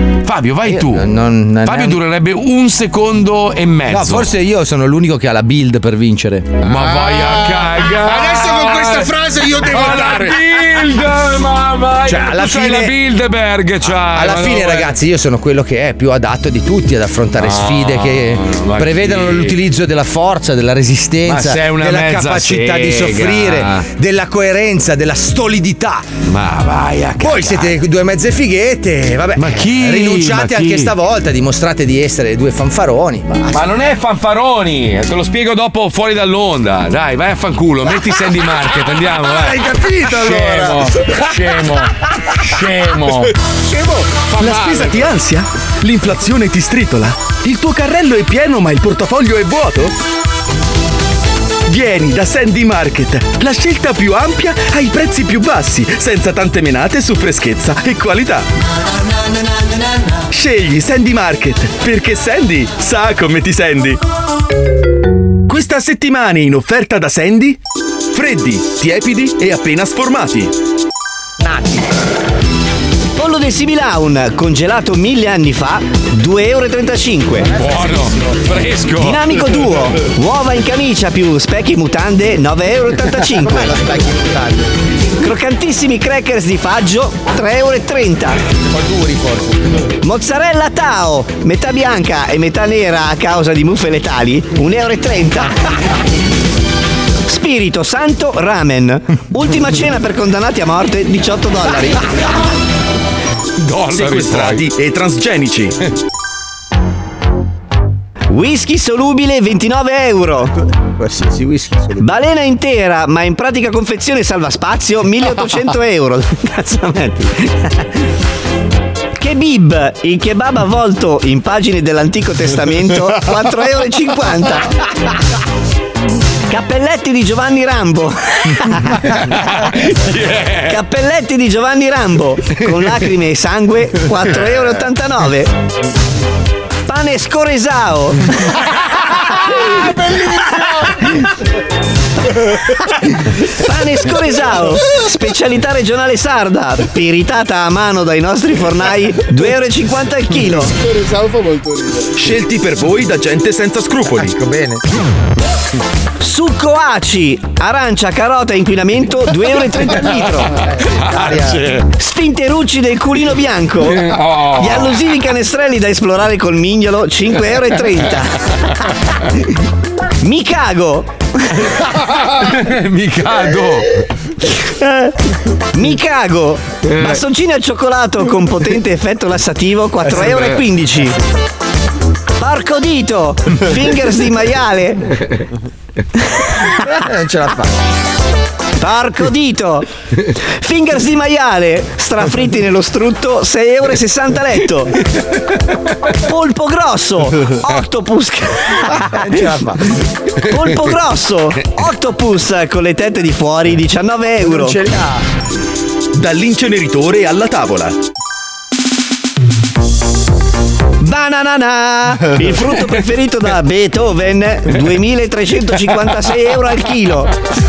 Fabio durerebbe un secondo e mezzo. No, forse io sono l'unico che ha la build per vincere. Ma vai a cagare. Adesso con questa frase io devo andare. Mamma, cioè, alla fine la Bilderberg, alla fine, ragazzi, io sono quello che è più adatto di tutti ad affrontare sfide che prevedono l'utilizzo della forza, della resistenza, della capacità di soffrire, della coerenza, della stolidità. Ma vai a cagare. Poi siete due mezze fighette, vabbè. Ma chi? Rinunciate anche stavolta, dimostrate di essere due fanfaroni. Basta. Ma non è fanfaroni, te lo spiego dopo fuori dall'onda. Dai, vai a fanculo, metti Sandy Market, andiamo, vai. Hai capito allora? Scemo. La spesa ti ansia? L'inflazione ti stritola? Il tuo carrello è pieno ma il portafoglio è vuoto? Vieni da Sandy Market, la scelta più ampia ai prezzi più bassi, senza tante menate su freschezza e qualità. Scegli Sandy Market, perché Sandy sa come ti senti. Questa settimana in offerta da Sandy: freddi, tiepidi e appena sformati. Pollo del Similaun, congelato 1000 anni fa, 2,35 €. Buono, fresco. Dinamico Duo, uova in camicia più specchi mutande, 9,85 €. Croccantissimi crackers di faggio, 3,30 €. Un po' duri forse. Mozzarella Tao, metà bianca e metà nera a causa di muffe letali, 1,30 €. Spirito Santo Ramen, ultima cena per condannati a morte, $18. Sequestrati e transgenici. Whisky solubile, 29 €. Qualsiasi whisky solubile. Balena intera, ma in pratica confezione salva spazio, 1800 €. Cazzo metti? Kebib, il kebab avvolto in pagine dell'Antico Testamento, 4,50 €. Cappelletti di Giovanni Rambo. Cappelletti di Giovanni Rambo con lacrime e sangue, 4,89 €. Pane Scoresao. Pane Scoresao, specialità regionale sarda, piritata a mano dai nostri fornai, 2,50 € al chilo. Scoresao fa molto ridere. Scelti per voi da gente senza scrupoli. Ecco bene. Succo ACI, arancia, carota e inquinamento, 2,30 € al litro. Sfinterucci del culino bianco, gli allusivi canestrelli da esplorare col mignolo, 5,30 €. Mi cago. Mi cago. Bastoncini al cioccolato con potente effetto lassativo, 4,15 €. Porco dito, fingers di maiale. Non ce la fa. Porco dito, fingers di maiale strafritti nello strutto, 6,60 € letto. Polpo grosso, octopus. Non ce la fa. Polpo grosso, octopus con le tette di fuori, 19 €. Non ce li ha. Dall'inceneritore alla tavola. Bananana, il frutto preferito da Beethoven, 2.356 € al chilo.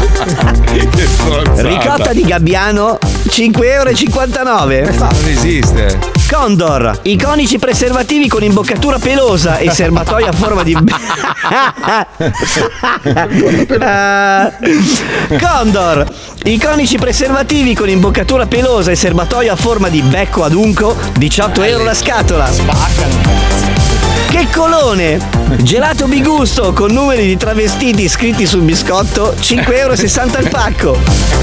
Ricotta di gabbiano, 5,59 €. Non esiste. Condor, iconici preservativi con imboccatura pelosa e serbatoio a forma di Condor, iconici preservativi con imboccatura pelosa e serbatoio a forma di becco adunco, 18 € la scatola. Che colone! Gelato bigusto con numeri di travestiti scritti sul biscotto, 5,60 € al pacco.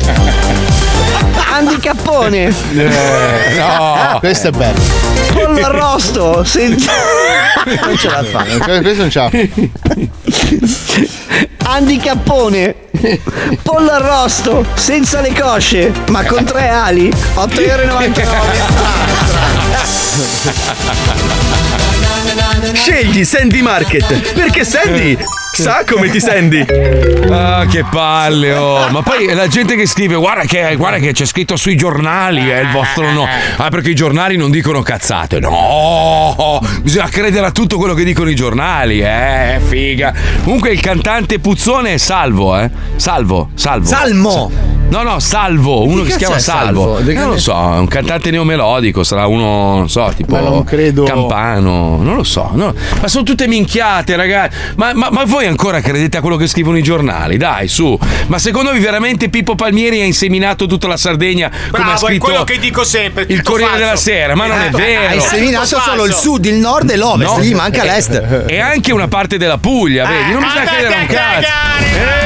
Handicappone! No, questo è bello. Pollo arrosto senza... Non ce la fa. Questo non ce la fa. Handicappone! Pollo arrosto senza le cosce, ma con 3 ali, 8,99 €. Scegli Sandy Market, perché Sandy sa come ti senti. Ah, che palle, oh. Ma poi la gente che scrive guarda che c'è scritto sui giornali, è il vostro no. Ah, perché i giornali non dicono cazzate. No, bisogna credere a tutto quello che dicono i giornali, figa. Comunque il cantante puzzone è Salvo, Salvo. Salmo. No, Salvo, uno che si chiama Salvo. Non lo so, è un cantante neomelodico, sarà uno, non so, tipo ma non credo. Campano, non lo so. No. Ma sono tutte minchiate, ragazzi. Ma voi ancora credete a quello che scrivono i giornali? Dai, su. Ma secondo voi veramente Pippo Palmieri ha inseminato tutta la Sardegna come bravo, ha scritto è quello che dico sempre. il Corriere della Sera? Ma non è vero. Ha inseminato solo il sud, il nord e l'ovest, No. gli manca l'est. E anche una parte della Puglia, vedi? Non bisogna credere a un cazzo.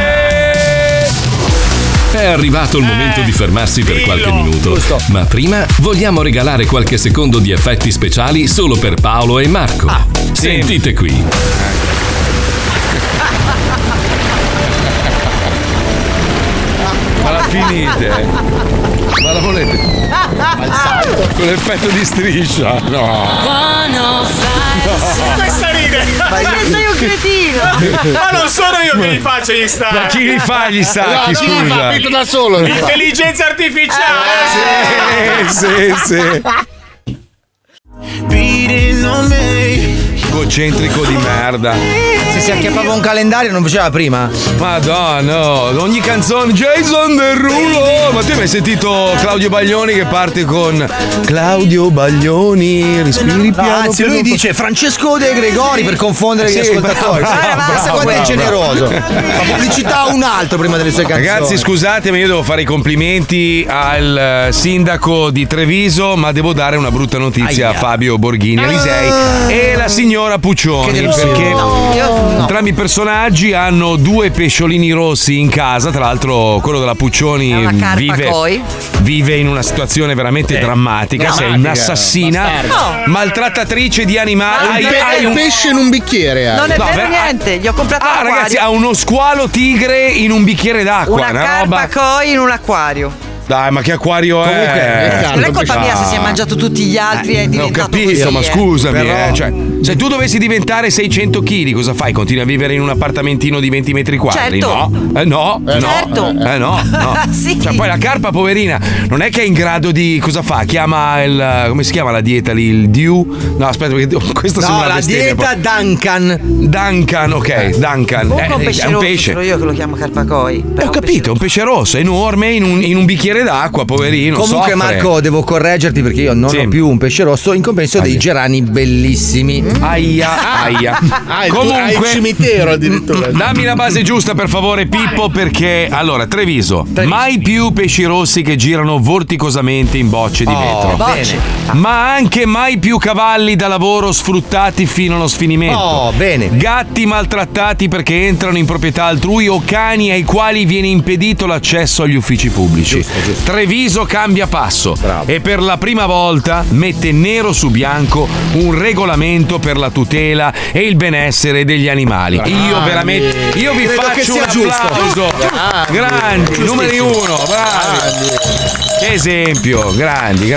È arrivato il momento di fermarsi per qualche minuto, ma prima vogliamo regalare qualche secondo di effetti speciali solo per Paolo e Marco. Sentite qui. Ma la finite? Ma la volete? Con l'effetto di striscia? No. Questa ride. Ma sei un cretino. Ma non sono io che li faccio gli stacchi. Ma chi li fa gli stacchi, scusa? Capito da solo. Intelligenza artificiale. Sì. Egocentrico di merda. Se si acchiappava un calendario non faceva prima. Madonna, ogni canzone Jason Derulo. Ma tu hai mai sentito Claudio Baglioni che parte con Claudio Baglioni, respiri piano? Anzi, lui dice Francesco De Gregori per confondere gli Sì, ascoltatori. bravo, Quanto è bravo. generoso. La pubblicità a un altro prima delle sue canzoni. Ragazzi, scusatemi, io devo fare i complimenti al sindaco di Treviso, ma devo dare una brutta notizia a Fabio Borghini Alisei e la signora Puccioni, perché entrambi i personaggi hanno 2 pesciolini rossi in casa. Tra l'altro quello della Puccioni vive in una situazione veramente drammatica. Sei un'assassina, maltrattatrice di animali. Hai un pesce in un bicchiere. Non è vero niente, gli ho comprato l'acquario. Ragazzi, ha uno squalo tigre in un bicchiere d'acqua. Una carpa koi in un acquario. Dai, ma che acquario Comunque, è? non è colpa mia se si è mangiato tutti gli altri e è diventato Ho capito, così, ma scusami, Però- cioè, se tu dovessi diventare 600 kg, cosa fai? Continui a vivere in un appartamentino di 20 metri quadri? Certo. No. Certo. No. Sì. Cioè, poi la carpa, poverina, non è che è in grado di. Cosa fa? Chiama il. Come si chiama la dieta lì? Il Dew? No, aspetta, perché questo No, sembra una la bestemmia, dieta Duncan. Duncan, ok, Duncan. Comunque un pesce è un rosso, pesce. sono io che lo chiamo carpacoi. Ho capito, è un pesce rosso, enorme, in un bicchiere d'acqua, poverino. Comunque, soffre. Marco, devo correggerti perché io non ho più un pesce rosso, in compenso dei gerani bellissimi. Aia. Hai il cimitero addirittura. Dammi la base giusta per favore, Pippo, perché allora Treviso, mai più pesci rossi che girano vorticosamente in bocce di vetro. Bocce. Ma anche mai più cavalli da lavoro sfruttati fino allo sfinimento. Oh, bene. Gatti maltrattati perché entrano in proprietà altrui o cani ai quali viene impedito l'accesso agli uffici pubblici. Giusto. Treviso cambia passo e per la prima volta mette nero su bianco un regolamento per la tutela e il benessere degli animali. Io vi Credo che faccio un sia giusto. applauso. Grandi, numeri uno, bravi. Che esempio, grandi.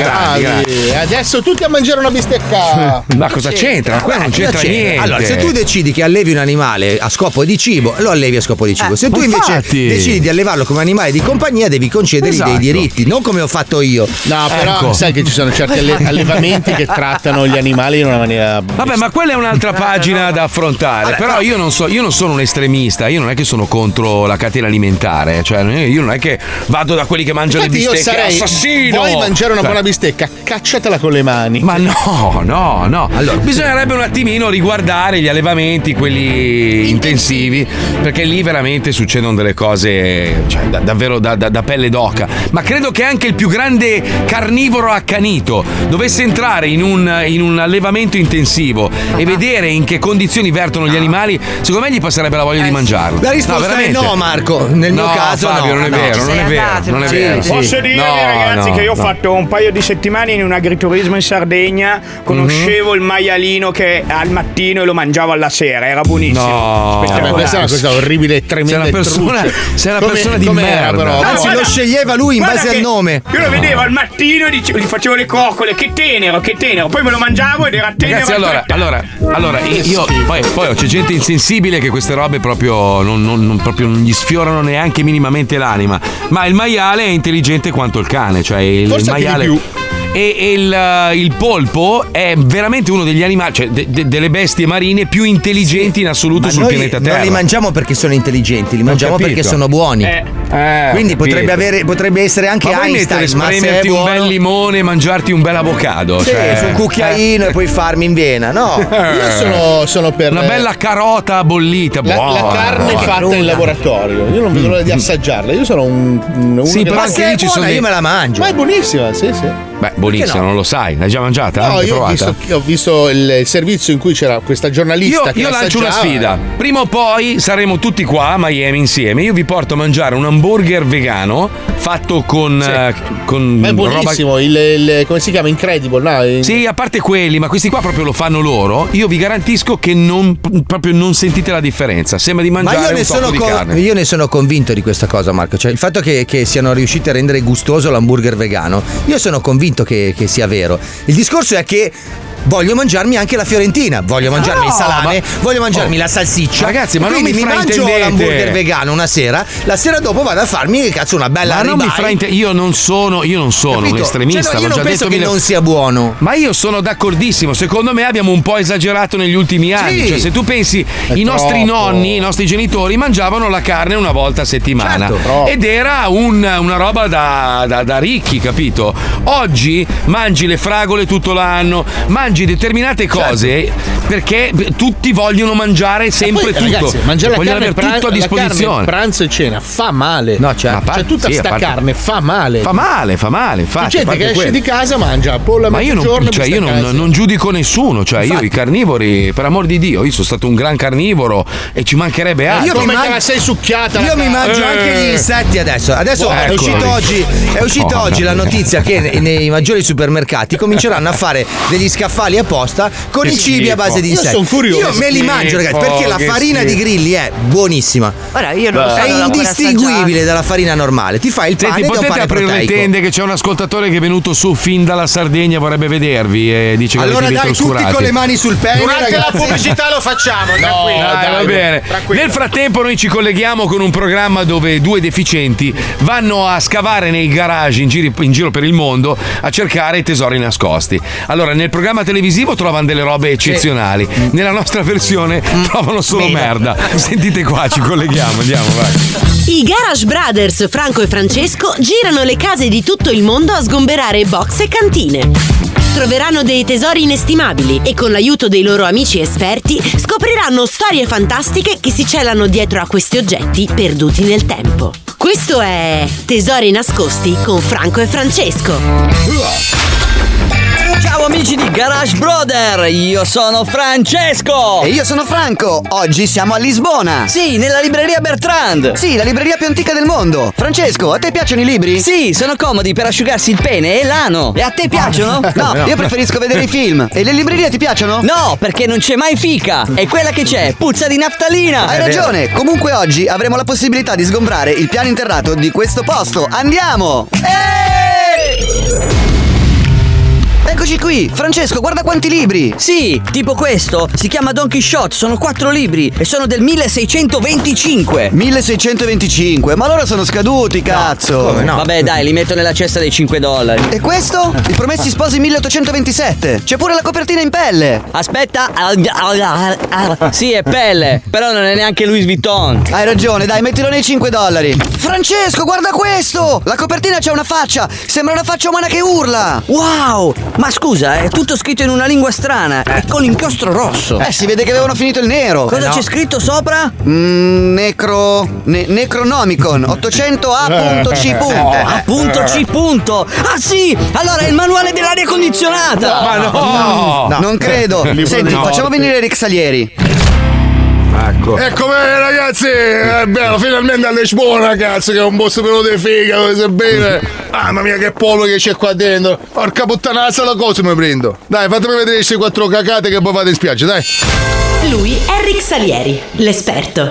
Adesso tutti a mangiare una bistecca. Ma cosa c'entra? Qua non c'entra niente. Allora, se tu decidi che allevi un animale a scopo di cibo, lo allevi a scopo di cibo. Se tu invece infatti. decidi di allevarlo come animale di compagnia, devi concedergli dei diritti, non come ho fatto io. No, però Ecco. sai che ci sono certi allevamenti che trattano gli animali in una maniera. Vabbè, ma quella è un'altra pagina da affrontare. Però io non sono un estremista, io non è che sono contro la catena alimentare. Cioè, io non è che vado da quelli che mangiano le Infatti io bistecche. sarei. Assassino! Vuoi mangiare una buona bistecca? Cacciatela con le mani. Ma no. Allora, bisognerebbe un attimino riguardare gli allevamenti, quelli intensivi, perché lì veramente succedono delle cose, cioè, davvero da pelle d'oca. Ma credo che anche il più grande carnivoro accanito dovesse entrare in un allevamento intensivo e vedere in che condizioni vertono gli animali, secondo me gli passerebbe la voglia di mangiarlo. La risposta è no, Marco. Nel mio caso Fabio, no. non è vero, non è vero. Posso dirvi, ragazzi, che io ho fatto un paio di settimane in un agriturismo in Sardegna. Conoscevo il maialino che al mattino e lo mangiavo alla sera, era buonissimo. No, Vabbè, questa è una cosa orribile e tremenda. Sei una persona di merda. Però. Anzi, lo sceglieva lui in base al nome. Io lo vedevo al mattino e gli facevo le coccole, che tenero. Poi me lo mangiavo ed era tenero. Ragazzi, allora io poi c'è gente insensibile che queste robe proprio non gli sfiorano neanche minimamente l'anima. Ma il maiale è intelligente quanto il cane, cioè il Forse anche maiale. di più. E il polpo è veramente uno degli animali, cioè delle bestie marine più intelligenti in assoluto Ma sul noi pianeta Terra. non li mangiamo perché sono intelligenti, li mangiamo capito. perché sono buoni. Quindi capito. potrebbe essere anche Ma vuoi Einstein, mettere, ma se è spremerti un buono, bel limone e mangiarti un bel avocado? sì, cioè, su un cucchiaino e poi farmi in vena, no? Io sono per una bella carota bollita, la carne buona. fatta in laboratorio. Io non vedo l'ora di assaggiarla. Io sono uno Sì, che però Ma anche se lì è ci sono buona, dei- io me la mangio. Ma è buonissima, sì. Beh, buonissima, non lo sai. L'hai già mangiata? No, L'hai io provata? ho visto il servizio in cui c'era questa giornalista che Io lancio una assaggiava. sfida. Prima o poi saremo tutti qua a Miami insieme. Io vi porto a mangiare un hamburger vegano fatto con Ma è roba. buonissimo, come si chiama? Incredible, no? Sì, a parte quelli, ma questi qua proprio lo fanno loro. Io vi garantisco che proprio non sentite la differenza. Sembra di Ma mangiare un tocco di carne. io ne sono convinto di questa cosa, Marco. Cioè, il fatto che siano riusciti a rendere gustoso l'hamburger vegano, io sono convinto che sia vero. Il discorso è che voglio mangiarmi anche la fiorentina, voglio mangiarmi il salame, voglio mangiarmi la salsiccia. Ragazzi, ma non quindi mi mangio fraintendete. l'hamburger vegano una sera, la sera dopo vado a farmi una bella Ma non mi ribeye. fraintendete. Io non sono un Capito? estremista. Cioè, no, io l'ho non già penso detto che non sia buono. Ma io sono d'accordissimo. Secondo me abbiamo un po' esagerato negli ultimi anni. Sì. Cioè, se tu pensi, i nostri nonni, i nostri genitori mangiavano la carne una volta a settimana. Certo. Ed era una roba da ricchi, capito? Oggi mangi le fragole tutto l'anno, mangi determinate cose perché tutti vogliono mangiare sempre Poi, tutto. ragazzi, mangiare la vogliono carne, avere tutto a disposizione. pranzo e cena fa male. No, certo. Cioè, tutta sì, a sta parte- carne fa male. Fa male, infatti. C'è gente a parte che esce quello. di casa, mangia pollo a Ma io mezzogiorno. non giudico nessuno, cioè io i carnivori, per amor di Dio, io sono stato un gran carnivoro e ci mancherebbe altro. Io come te la sei succhiata. Io mi mangio anche gli insetti adesso. Adesso è Eccola uscita lì. oggi la notizia che nei maggiori supermercati cominceranno a fare degli scaffali pali apposta con i cibi a base di Io insetti. sono curioso. Io me li mangio, ragazzi, perché la farina di grilli è buonissima. Ora io non lo so. È indistinguibile dalla farina normale. Ti fai il pane Senti, ed è un potete pane aprire le proteico. tende che c'è un ascoltatore che è venuto su fin dalla Sardegna, vorrebbe vedervi e dice che Allora avete i dai, vetri tutti oscurati. con le mani sul pene, Durante la ragazzi. pubblicità lo facciamo, tranquillo. Dai, va bene. Tranquillo. Nel frattempo noi ci colleghiamo con un programma dove due deficienti vanno a scavare nei garage in giro per il mondo a cercare tesori nascosti. Allora, nel programma televisivo trovano delle robe eccezionali, nella nostra versione trovano solo merda. Sentite qua, ci colleghiamo, andiamo, vai. I Garage Brothers Franco e Francesco girano le case di tutto il mondo a sgomberare box e cantine. Troveranno dei tesori inestimabili e con l'aiuto dei loro amici esperti scopriranno storie fantastiche che si celano dietro a questi oggetti perduti nel tempo. Questo è Tesori nascosti con Franco e Francesco. Ciao amici di Garage Brother, io sono Francesco. E io sono Franco. Oggi siamo a Lisbona. Sì, nella libreria Bertrand. Sì, la libreria più antica del mondo. Francesco, a te piacciono i libri? Sì, sono comodi per asciugarsi il pene e l'ano. E a te piacciono? No, io preferisco vedere i film. E le librerie ti piacciono? No, perché non c'è mai fica. E quella che c'è, puzza di naftalina. Hai ragione. Comunque oggi avremo la possibilità di sgombrare il piano interrato di questo posto. Andiamo! Eccoci qui, Francesco, guarda quanti libri! Sì, tipo questo, si chiama Don Quixote, sono 4 libri e sono del 1625. 1625, ma loro sono scaduti, cazzo! Come no? Vabbè dai, li metto nella cesta dei $5. E questo? I Promessi Sposi 1827. C'è pure la copertina in pelle. Aspetta. Sì, è pelle, però non è neanche Louis Vuitton. Hai ragione, dai, mettilo nei $5. Francesco, guarda questo! La copertina c'ha una faccia, sembra una faccia umana che urla. Wow! Ma scusa, è tutto scritto in una lingua strana e con l'inchiostro rosso. Si vede che avevano finito il nero. Cosa c'è scritto sopra? Necronomicon 800 A.C. A.C. Ah sì! Allora è il manuale dell'aria condizionata! Ma no! Non credo. Senti, facciamo venire Rick Salieri. Ecco. Eccomi ragazzi, è bello, finalmente a Lisbona, cazzo, che è un posto pieno di figa, dove si bene. Mamma mia che pollo che c'è qua dentro. Porca puttana, la cosa mi prendo. Dai, fatemi vedere queste 4 cacate che poi fate in spiaggia, dai. Lui è Rick Salieri, l'esperto.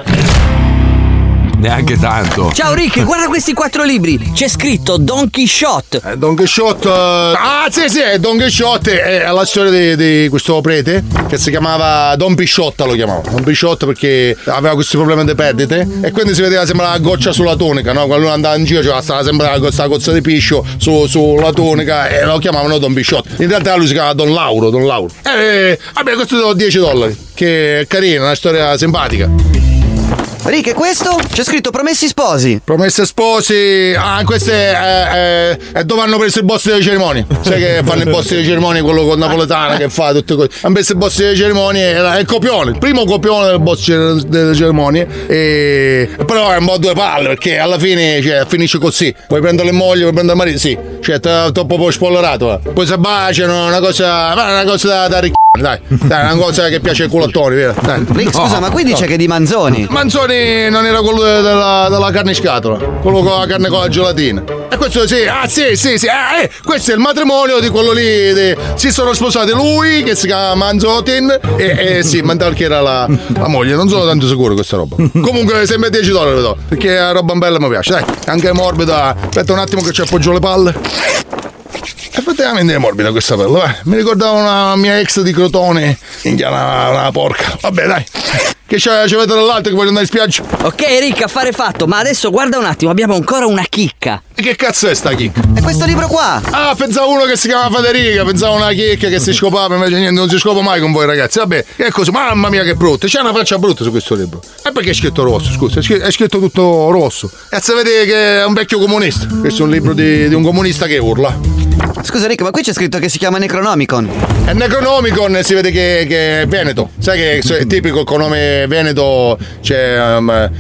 Neanche tanto. Ciao Rick, guarda questi 4 libri. C'è scritto Don Quixote. Don Quixote. Sì, Don Quixote è la storia di questo prete che si chiamava Don Pisciotta, lo chiamava. Don Pisciotta perché aveva questi problemi di perdite e quindi si vedeva sempre la goccia sulla tonica, no? Quando lui andava in giro c'era sempre questa goccia di piscio sulla tonica e lo chiamavano Don Pisciotta. In realtà lui si chiamava Don Lauro. Vabbè, questo do $10, che è carina, una storia simpatica. Rick, e questo? C'è scritto Promessi Sposi. Promesse Sposi. Questo è dove hanno preso il boss delle cerimonie. Sai che fanno il boss delle cerimonie, quello con napoletana che fa tutte cose. Hanno preso il boss delle cerimonie, era il copione, il primo copione del boss delle cerimonie. Però è un po' 2 palle, perché alla fine finisce così. Puoi prendere le mogli, puoi prendere il marito, sì. Troppo poi spoilerato. Poi si baciano, una cosa da ricchi. Dai, una cosa che piace ai culattoni, vero? Dai. Rick, scusa, ma qui dice che è di Manzoni. Manzoni non era quello della carne in scatola, quello con la carne con la gelatina. E questo sì, sì. Questo è il matrimonio di quello lì. Si sono sposati lui, che si chiama Manzotin, e sì, Mantal che era la moglie. Non sono tanto sicuro di questa roba. Comunque sembra $10 lo do, perché la roba bella mi piace. Dai, anche morbida. Aspetta un attimo che ci appoggio le palle. Effettivamente è morbida questa pelle, vai. Mi ricordava una mia ex di Crotone. Una porca. Vabbè, dai. Che ci avete dall'altro che voglio andare in spiaggia? Ok Rick, affare fatto, ma adesso guarda un attimo, abbiamo ancora una chicca. E che cazzo è sta chicca? È questo libro qua. Pensavo uno che si chiama Federica, pensavo una chicca che si scopava, invece niente, non si scopa mai con voi ragazzi. Vabbè, che cosa? Mamma mia che brutta, c'è una faccia brutta su questo libro. E perché è scritto rosso, scusa? È scritto tutto rosso. E si vede che è un vecchio comunista. Questo è un libro di un comunista che urla. Scusa Rick, ma qui c'è scritto che si chiama Necronomicon. E Necronomicon si vede che è veneto. Sai che è tipico il nome veneto, c'è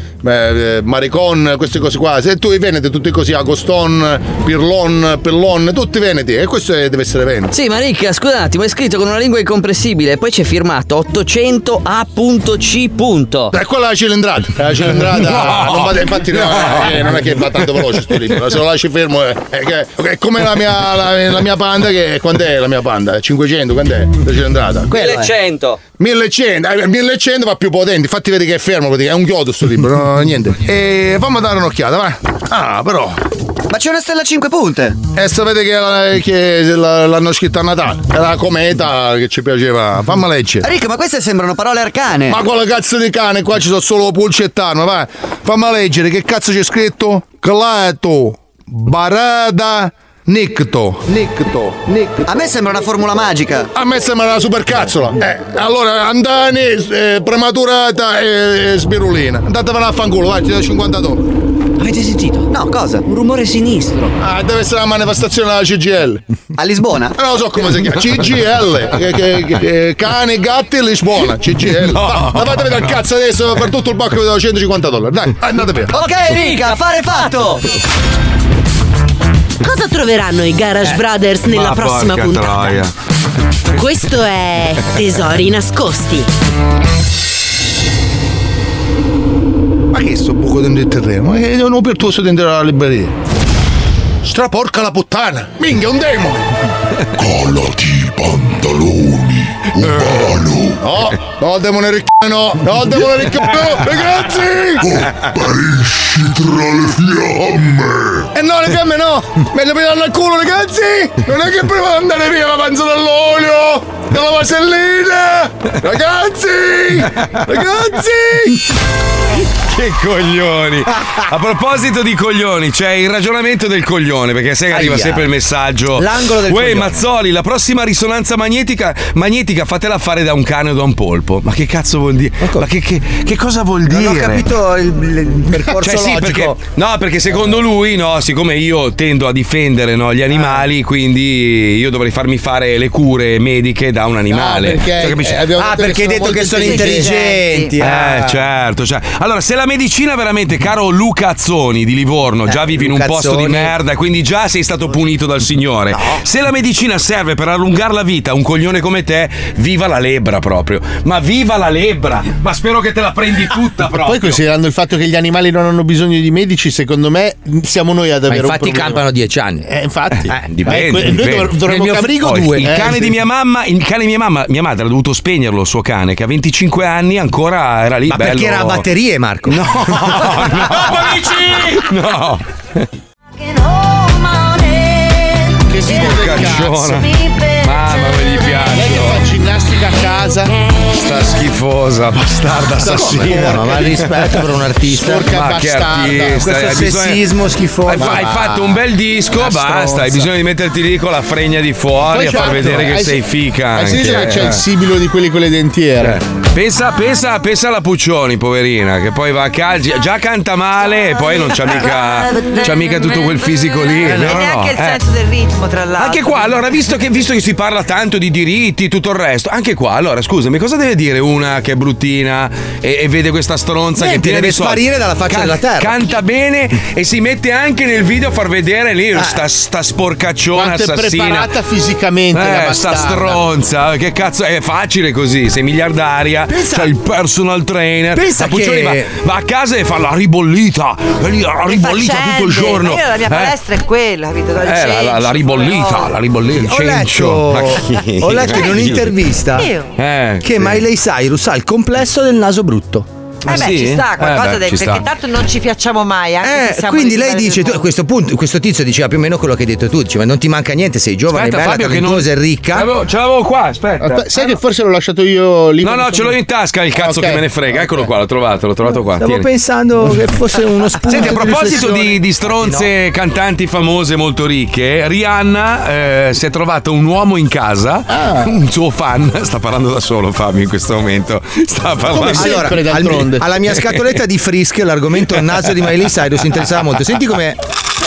Maricon, queste cose qua. Se tu i veneti tutti così, Agoston, Pirlon, tutti veneti. E questo deve essere veneto. Sì, ma Rick, scusa un attimo, è scritto con una lingua incomprensibile e poi c'è firmato 800 A.C. E quella è la cilindrata. La cilindrata non va, infatti non è che va tanto veloce sto libro. Se lo lasci fermo è come la la mia Panda che quant'è la mia Panda? 500, quant'è? Dove c'è andata? 1100. 1100 va più potente, infatti vedi che è fermo, è un chiodo sto libro, no, niente. E fammi dare un'occhiata, va. Ah, però. Ma c'è una stella a 5 punte. E sapete che l'hanno scritta a Natale. Era la cometa che ci piaceva. Fammi leggere. Enrico, ma queste sembrano parole arcane. Ma quale cazzo di cane? Qua ci sono solo pulcettano, vai. Fammi leggere, che cazzo c'è scritto? Clato, Barada, Nicto. A me sembra una formula magica. A me sembra una supercazzola. Allora, Andani, prematurata e spirulina. Andatevene a fanculo, vai, ti do $50. Avete sentito? No, cosa? Un rumore sinistro. Ah, deve essere la manifestazione della CGL. A Lisbona? Non lo so come si chiama. CGL. Cani, gatti, Lisbona. CGL. No. Fate vedere il cazzo adesso per tutto il bacco vi do $150. Dai, andate via. Ok, Rica, affare fatto. Cosa troveranno i Garage Brothers nella prossima puntata? Troia. Questo è Tesori nascosti. Ma che è sto buco dentro il terreno? È un pertuoso dentro la libreria. Straporca la puttana! Minchia, un demone! Calati i pantaloni, umano! No, il demone ricchiano! No, il demone ricchiano! Ragazzi! Comparisci tra le fiamme! No, le fiamme no! Meglio pigliarlo al culo, ragazzi! Non è che prima di andare via la panza dall'olio! Dalla vasellina! Ragazzi! Che coglioni! A proposito di coglioni, c'è il ragionamento del coglione, perché sai che arriva sempre il messaggio. L'angolo del coglione. Mazzoli, la prossima risonanza magnetica fatela fare da un cane o da un polpo. Ma che cazzo vuol dire? Ma che cosa vuol dire? Non ho capito il percorso logico. Perché secondo lui, no, siccome io tendo a difendere gli animali, quindi io dovrei farmi fare le cure mediche da un animale. Perché hai detto che sono intelligenti. Certo. Allora, se la medicina veramente, caro Luca Azzoni di Livorno, già vivi in un posto di merda, quindi già sei stato punito dal Signore. No. Se la medicina serve per allungare la vita a un coglione come te, viva la lebbra proprio. Ma viva la lebbra! Ma spero che te la prendi tutta proprio. Poi, considerando il fatto che gli animali non hanno bisogno di medici, secondo me siamo noi ad avere un problema. Infatti campano 10 anni. Infatti. Dipende. Noi dovremmo nel mio frigo 2. Il cane di mia mamma, mia madre ha dovuto spegnerlo, il suo cane, che a 25 anni ancora era lì. Ma bello. Perché era a batterie, Marco? No. No. Che video del cazzo. Mamma, me gli piace. Lei che fa ginnastica a casa. Sta schifosa, bastarda assassina. Ma rispetto per un artista. Porca Ma che bastarda. artista. Questo sessismo schifoso. Hai fatto un bel disco, basta. Hai bisogno di metterti lì con la fregna di fuori a far vedere che sei fica. Hai sentito che c'è il sibilo di quelli con le dentiere? Pensa alla Puccioni, poverina, che poi va a calci, già canta male e poi non c'ha mica tutto quel fisico lì. E neanche il senso del ritmo, tra l'altro. Anche qua, allora, visto che si parla tanto di diritti, tutto il resto, anche qua, allora, scusami, cosa deve dire una che è bruttina e vede questa stronza che deve sparire dalla faccia della terra? Canta bene e si mette anche nel video a far vedere lì sta sporcacciona quanto assassina. È preparata fisicamente sta stronza, che cazzo, è facile così, sei miliardaria. C'è il personal trainer. Pensa che va a casa e fa la ribollita. La ribollita tutto il giorno. Io la mia palestra è quella, capito? La ribollita. Ho letto in un'intervista che Miley Cyrus ha il complesso del naso brutto. Ci sta qualcosa perché tanto non ci piacciamo mai. Quindi lei dice, a questo punto, questo tizio diceva più o meno quello che hai detto tu, diceva non ti manca niente, sei giovane, aspetta, bella, talentuosa e ricca. Ce l'avevo qua, aspetta. Sai che forse l'ho lasciato io lì? No, ce l'ho in tasca, il cazzo che me ne frega. Eccolo qua, l'ho trovato qua. Stavo pensando che fosse uno spunto. Senti, a proposito di stronze cantanti famose molto ricche, Rihanna si è trovata un uomo in casa, un suo fan, sta parlando da solo Fabio in questo momento. Sta parlando sempre d'altronde. Alla mia scatoletta di Frisk l'argomento naso di Miley Cyrus interessava molto. Senti come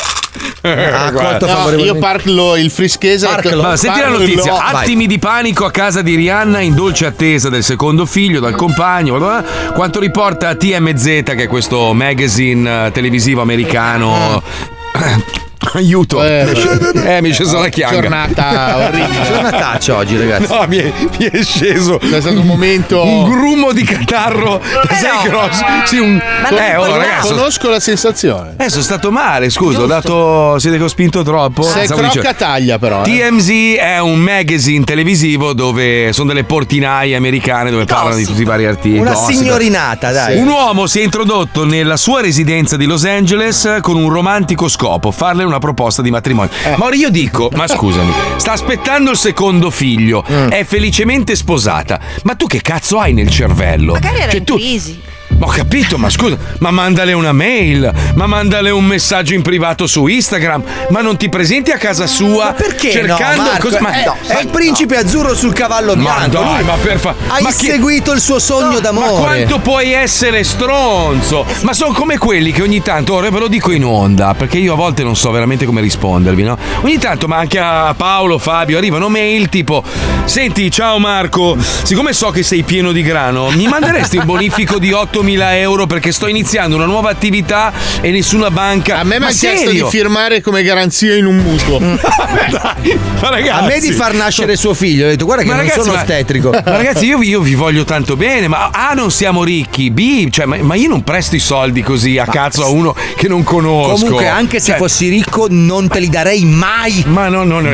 io parlo il frischese. Senti la notizia. Attimi di panico a casa di Rihanna in dolce attesa del secondo figlio dal compagno. Quanto riporta TMZ, che è questo magazine televisivo americano. Aiuto. Mi è scesa la chianga. Giornata orribile. Giornataccia oggi, ragazzi. No, mi è sceso. È stato un momento. Un grumo di catarro. Sei grosso. Sì, ragazzi. Conosco la sensazione. Sono stato male, scusa. Ho dato. Siete che ho spinto troppo? Sei troppo taglia, però. TMZ è un magazine televisivo dove sono delle portinaie americane dove parlano di tutti i vari articoli. Una signorinata, dai. Un uomo si è introdotto nella sua residenza di Los Angeles con un romantico scopo, farle una proposta di matrimonio. Ma ora io dico, ma scusami, sta aspettando il secondo figlio, è felicemente sposata, ma tu che cazzo hai nel cervello? Magari era in crisi. Ho capito, ma scusa, ma mandale una mail, ma mandale un messaggio in privato su Instagram, ma non ti presenti a casa sua? Ma perché cercando no, Marco? È il principe azzurro sul cavallo bianco. Ma dai, ma per hai inseguito il suo sogno d'amore. Ma quanto puoi essere stronzo? Ma sono come quelli che ogni tanto, ora ve lo dico in onda, perché io a volte non so veramente come rispondervi, no? Ogni tanto, ma anche a Paolo, Fabio, arrivano mail tipo: senti, ciao Marco, siccome so che sei pieno di grano, mi manderesti un bonifico di 8.000 euro perché sto iniziando una nuova attività e nessuna banca. A me mi ha chiesto di firmare come garanzia in un mutuo. Dai, ma ragazzi, a me di far nascere suo figlio. Ho detto, guarda che non sono ostetrico. Ma ragazzi, io vi voglio tanto bene, ma A, non siamo ricchi, B, cioè, ma io non presto i soldi così a cazzo a uno che non conosco. Comunque, anche se fossi ricco, non te li darei mai. Ma non è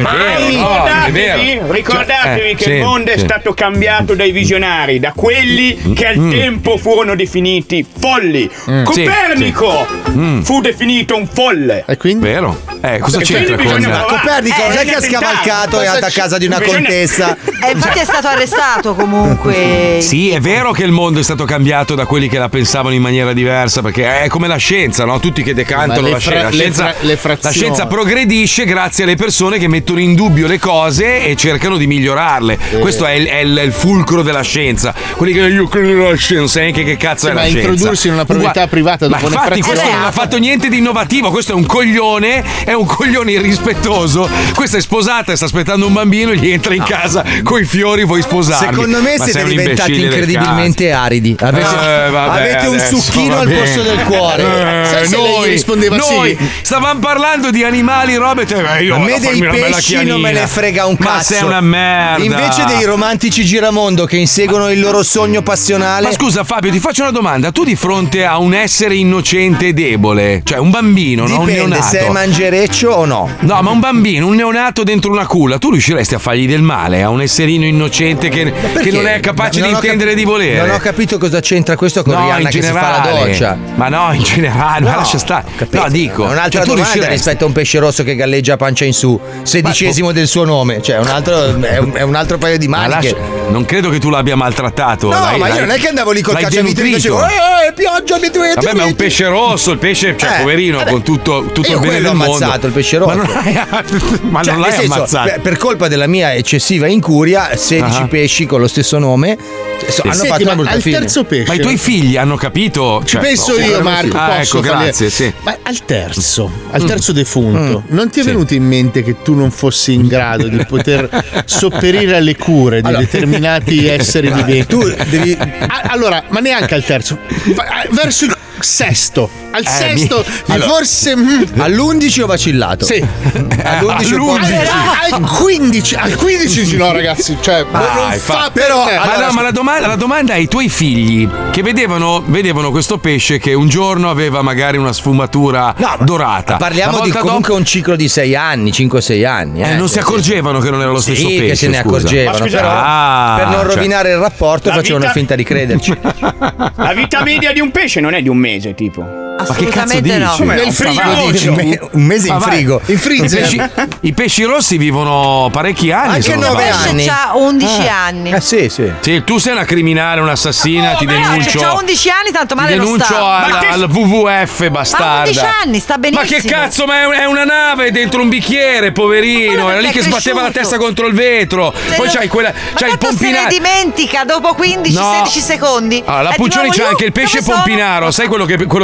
vero. Ricordatevi che il mondo è stato cambiato dai visionari, da quelli che al tempo furono definiti folli. Copernico fu definito un folle. E quindi? Vero? Cosa c'entra con Copernico? Non è che ha scavalcato e è andato a casa di una contessa. Infatti è stato arrestato comunque. Sì, è vero che il mondo è stato cambiato da quelli che la pensavano in maniera diversa, perché è come la scienza, no? Tutti che decantano la scienza. La scienza progredisce grazie alle persone che mettono in dubbio le cose e cercano di migliorarle. Questo è il fulcro della scienza. Quelli che io credo nella scienza, non sai neanche che cazzo è la scienza. Ma introdursi in una proprietà privata dopo infatti questo non ha fatto niente di innovativo, questo è un coglione irrispettoso. Questa è sposata e sta aspettando un bambino, gli entra in casa coi fiori, vuoi sposarli. Secondo me siete diventati incredibilmente aridi. Avete un succhino al posto del cuore. Sai se lei rispondeva noi stavamo parlando di animali, robe. A me dei pesci non me ne frega un cazzo. Ma sei una merda. Invece dei romantici giramondo che inseguono il loro sogno passionale. Ma scusa Fabio, ti faccio una domanda. Tu di fronte a un essere innocente e debole, cioè un bambino, no? Un neonato, se è mangereccio o no. No, ma un bambino, un neonato dentro una culla, tu riusciresti a fargli del male a un esserino innocente che non è capace di intendere e di volere? Non ho capito cosa c'entra questo con Rihanna che si fa la doccia. Ma no, in generale, ma lascia stare. No, dico. È un'altra domanda rispetto a un pesce rosso che galleggia a pancia in su, 16° del suo nome. Cioè, è un altro paio di maniche. Non credo che tu l'abbia maltrattato. No, ma io non è che andavo lì col cacciavite e dicevo pioggia mi dovete. Vabbè, ma è un pesce rosso, il pesce, cioè, poverino, con tutto il bene del mondo. Io l'ho ammazzato, il pesce rosso. Ma non l'hai ammazzato. Per colpa della mia eccessiva incuria, 16 pesci con lo stesso nome hanno fatto una brutta fine. Terzo pesce. Ma i tuoi figli hanno capito? Ci penso io, Marco. Ecco, grazie, sì. Ma al terzo defunto, non ti è venuto in mente che tu non fossi in grado di poter sopperire alle cure di determinati esseri viventi? Tu devi. Allora, ma neanche al terzo, verso il sesto. Al sesto, forse. All'11 ho vacillato. Sì. All'11 al 15. Al 15 no, ragazzi. Cioè, non fa però. Ma la domanda ai tuoi figli che vedevano questo pesce che un giorno aveva magari una sfumatura dorata. Parliamo di comunque un ciclo di 6 anni, 5-6 anni. Non si accorgevano che non era lo stesso pesce. Che se ne accorgevano. Però per non rovinare il rapporto facevano finta di crederci. La vita media di un pesce non è di un mese, tipo. Ma che cazzo dici? No. Nel frigo un mese in frigo. In freezer. I pesci rossi vivono parecchi anni. Anche 9 anni. C'ha 11 anni. Sì. Sì, tu sei una criminale, un'assassina, ti denuncio. C'ha 11 anni, tanto male non sta. Denuncio al WWF, bastarda. Ma 11 anni, sta benissimo. Ma che cazzo, ma è una nave dentro un bicchiere, poverino. Era lì che sbatteva la testa contro il vetro. Poi c'hai il pompinaro. Se ne dimentica dopo 15-16 secondi. La Puccioni c'ha anche il pesce pompinaro. Sai quello che sta attaccando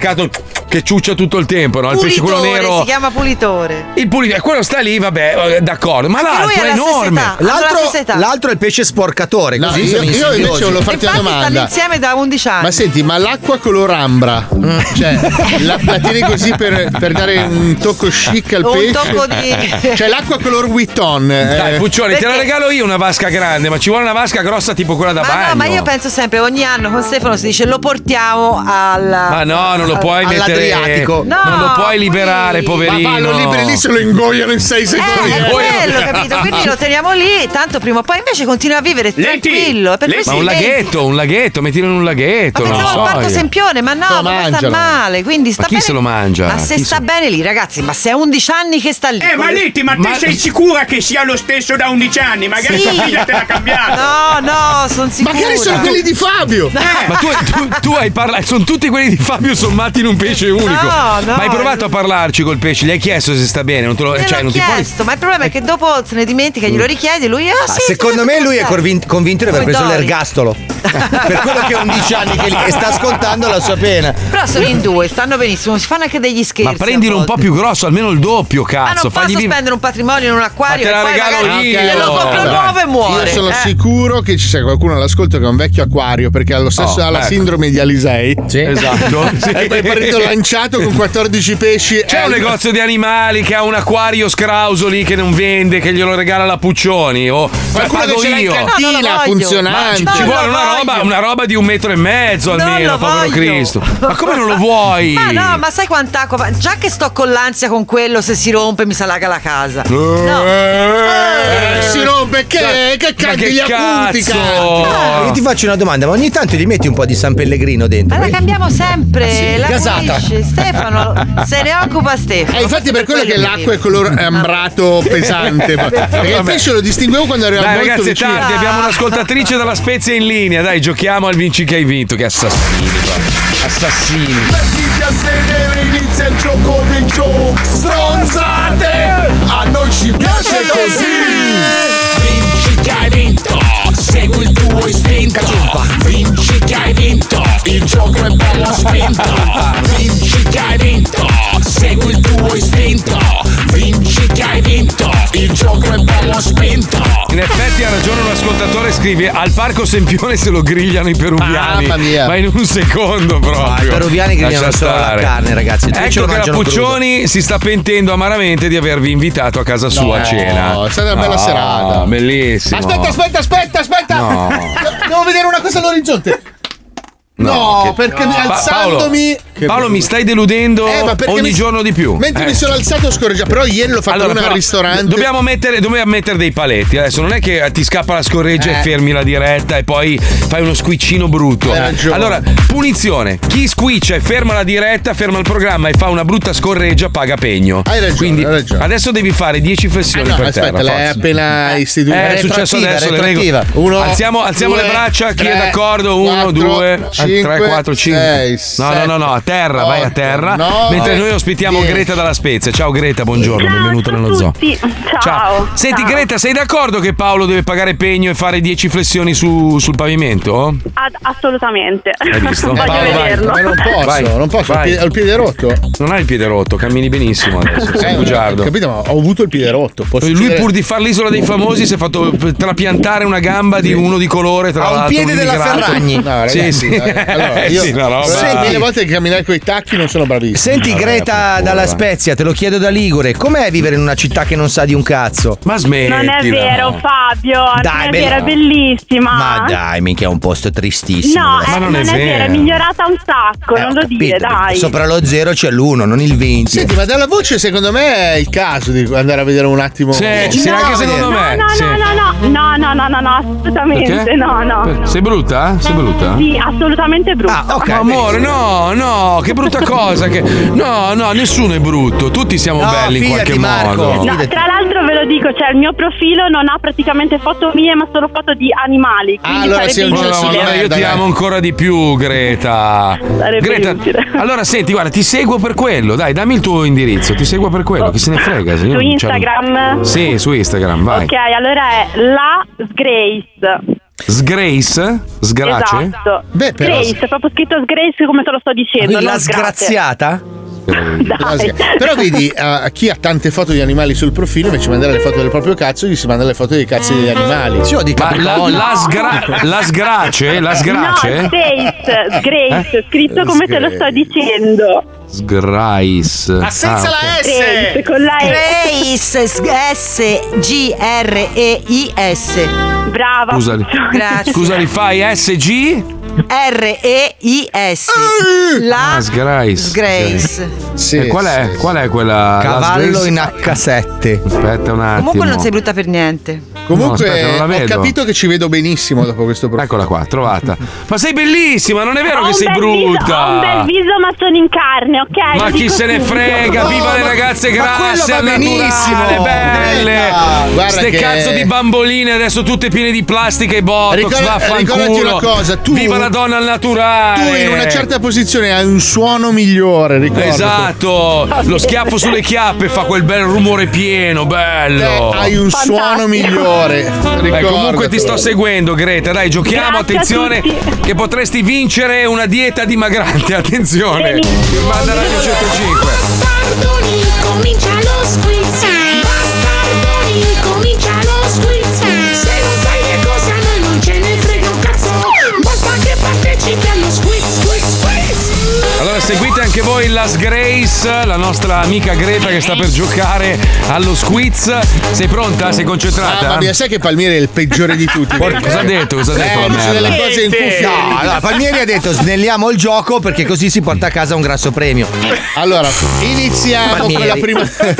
supermercato che ciuccia tutto il tempo, no? Il pesce quello nero. Si chiama pulitore. Il pulitore, quello sta lì, vabbè, d'accordo. Ma anche l'altro è enorme. L'altro è il pesce sporcatore. No, Così io invece volevo farti una Infatti stanno domanda. insieme da 11 anni. Ma senti, ma l'acqua color ambra, cioè la tieni così per dare un tocco chic al Un pesce? tocco di- Cioè l'acqua color Witton. Dai, Puccioni, te la regalo io una vasca grande, ma ci vuole una vasca grossa tipo quella da bagno. No, ma io penso sempre, ogni anno con Stefano si dice lo portiamo alla. Ma no, non lo puoi mettere. No, non lo puoi liberare, poverino. Ma lo liberi lì, se lo ingoiano in 6 secondi. È quello, capito? Quindi lo teniamo lì, tanto prima o poi invece continua a vivere tranquillo. Per Ma un laghetto, mettilo in un laghetto. Ma non pensavo so al Parco io. Sempione, ma no, ma sta male. Quindi sta Ma chi bene. se lo mangia? Ma se Chi sta bene lì, ragazzi, ma se è 11 anni che sta lì. Ma Leti, ma te sei sicura che sia lo stesso da 11 anni? Magari tua figlia te l'ha cambiato. No, sono sicura. Magari sono quelli di Fabio. Ma tu hai parlato, sono tutti quelli di Fabio sommati in un pesce unico. No. Ma hai provato a parlarci col pesce? Gli hai chiesto se sta bene? Non te lo, Gliel'ho non ti chiesto, ma il problema è che dopo se ne dimentica, glielo richiedi, lui sì, secondo me lui è convinto di aver preso Dori. l'ergastolo. Per quello che è 11 anni che e sta scontando la sua pena. Però sono in due, stanno benissimo, si fanno anche degli scherzi. Ma prendilo un po' più grosso, almeno il doppio, Ma cazzo. non posso spendere un patrimonio in un acquario Ma te la e poi regalo magari io. glielo compro nuovo e muore. Io sono sicuro che ci sia qualcuno all'ascolto che ha un vecchio acquario perché ha lo stesso ha la ecco. sindrome di Alisei. Sì. Esatto. Sì. E poi è partito lanciato con 14 pesci. C'è un negozio di animali che ha un acquario scrausoli che non vende, che glielo regala la Puccioni. O qualcuno pago che ce l'ha in io. cantina, funzionante. Ma ci vuole una roba di 1,5 metri almeno, povero Cristo. Ma come non lo vuoi? Ma no, ma sai quant'acqua? Ma già che sto con l'ansia con quello, se si rompe mi salaga la casa. Si rompe che canti gli acuti, Io ti faccio una domanda, ma ogni tanto gli metti un po' di San Pellegrino dentro? Ma la cambiamo sempre, la Gasata. pulisce. Stefano, se ne occupa Stefano. Infatti per quello che l'acqua è color ambrato pesante. Perché il pesce lo distinguevo quando arriva Dai molto ragazzi, è vicino. tardi, abbiamo un'ascoltatrice dalla Spezia in linea. Dai, giochiamo al vinci che hai vinto. Che assassini, assassini. Mettiti a sedere, inizia il gioco dei giochi. Stronzate! A noi ci piace così! Vinci che hai vinto! Segui il tuo istinto! Vinci che hai vinto! Il gioco è bello spinto! Vinci che hai vinto! Segui il tuo istinto! Vinci che hai vinto! Il gioco è bello spinto! In effetti ha ragione un ascoltatore, scrive al Parco Sempione se lo grigliano i peruviani. Mamma mia. Ma in un secondo proprio. I peruviani grigliano Lascia solo la stare. carne, ragazzi. Il pesce Ecco lo che la mangiano Puccioni si sta pentendo amaramente di avervi invitato a casa sua a cena. è stata una bella serata. Bellissimo. Aspetta! No. Devo vedere una cosa all'orizzonte. No, perché alzandomi. Paolo, mi stai deludendo perché ogni giorno di più. Mentre mi sono alzato scorreggia. Però ieri l'ho fatto una al ristorante. Dobbiamo mettere dei paletti. Adesso non è che ti scappa la scorreggia e fermi la diretta e poi fai uno squiccino brutto. Hai ragione. Allora, punizione. Chi squiccia e ferma la diretta, ferma il programma e fa una brutta scorreggia, paga pegno. Hai ragione. Quindi adesso devi fare 10 flessioni per aspetta, terra. lei è forza. appena istituita. È successo adesso le regole. Alziamo le braccia, chi è d'accordo? 1, 2, 3, 4, 5. No, a terra, vai a terra. Mentre noi ospitiamo Greta dalla Spezia. Ciao Greta, buongiorno, benvenuta nello zoo. Ciao. Senti Greta, sei d'accordo che Paolo deve pagare pegno e fare 10 flessioni sul pavimento? Assolutamente. Hai visto? Voglio vederlo. Ma non posso, vai. ho il piede rotto. Non hai il piede rotto, cammini benissimo adesso, sei bugiardo. Ho capito, ma ho avuto il piede rotto. Lui pur di fare l'isola dei famosi si è fatto trapiantare una gamba di uno di colore tra l'altro. Ha un piede della Ferragni. No, ragazzi, sì. Allora, io una roba. mille volte che camminare coi tacchi non sono bravissimo. Senti Greta dalla Spezia, te lo chiedo da Ligure, com'è vivere in una città che non sa di un cazzo? Ma smettila. Non è vero, Fabio. Dai, non è vero, è bellissima. Ma dai, minchia, è un posto tristissimo. No, non è vero, è migliorata un sacco, non lo dire, dai. Sopra lo 0 c'è l'1, non il 20. Senti, ma dalla voce secondo me è il caso di andare a vedere un attimo. Sì, anche secondo me. No, assolutamente, Perché? no. Sei brutta? Sei brutta? Sì, assolutamente brutta. Ma amore, no, che brutta cosa. No, nessuno è brutto, tutti siamo belli in qualche modo. No, tra l'altro ve lo dico, cioè il mio profilo non ha praticamente foto mie, ma solo foto di animali. Quindi allora sarebbe inutile. Allora io ti amo ancora di più, Greta. Sarebbe inutile. Allora senti, guarda, ti seguo per quello. Dai, dammi il tuo indirizzo, ti seguo per quello. Chi se ne frega? Su Instagram? Sì, su Instagram, vai. Ok, allora è la Grace. Sgrace? Sgrace? Esatto. Beh, però- Grace, è proprio scritto Sgrace come te lo sto dicendo. La non Sgrace. sgraziata? Dai. Però vedi, a chi ha tante foto di animali sul profilo, invece di mandare le foto del proprio cazzo, gli si manda le foto dei cazzi degli animali. Ma la sgrace? No, Grace, scritto come te lo sto dicendo. Sgrace. Ma senza la S! Grace, con la Grace, S-G-R-E-I-S. Brava. Grazie. Scusa, rifai SG? R-E-I-S. Sgrace. Grace. E qual è quella? Cavallo la in H7. Aspetta un attimo. Comunque non sei brutta per niente. Comunque No, aspetta, non la ho vedo. capito che ci vedo benissimo dopo questo profilo. Eccola qua, trovata. Ma sei bellissima, non è vero Ho che un sei bel brutta. Ho un bel viso, ma sono in carne, ok? Ma Lo chi dico se ne subito. frega, viva le ragazze grasse, va al benissimo. naturale, belle. Guarda Ste che- cazzo di bamboline adesso tutte piene di plastica e botox, Ricordati vaffanculo. una cosa, tu- Viva la donna al naturale. Tu in una certa posizione hai un suono migliore, ricordo. Esatto, lo schiaffo sulle chiappe fa quel bel rumore pieno, bello. Hai un suono migliore. Comunque ti sto seguendo, Greta. Dai, giochiamo. Grazie a attenzione, che potresti vincere una dieta dimagrante. Attenzione, manda Radio 105. Bastardoni, comincia lo squiz. Bastardoni, comincia lo squiz. Se non sai le cose a noi non ce ne frega un cazzo. Basta che partecipi allo squiz, squiz, squiz. Allora seguite anche voi la Grace, la nostra amica Greta che sta per giocare allo squiz. Sei pronta? Sei concentrata? Mamma mia, sai che Palmieri è il peggiore di tutti. Cosa ha detto? Cosa ha detto? la Dice merda? delle cose in cuffia. No, allora, Palmieri ha detto snelliamo il gioco perché così si porta a casa un grasso premio. Allora, iniziamo Palmieri. con la prima.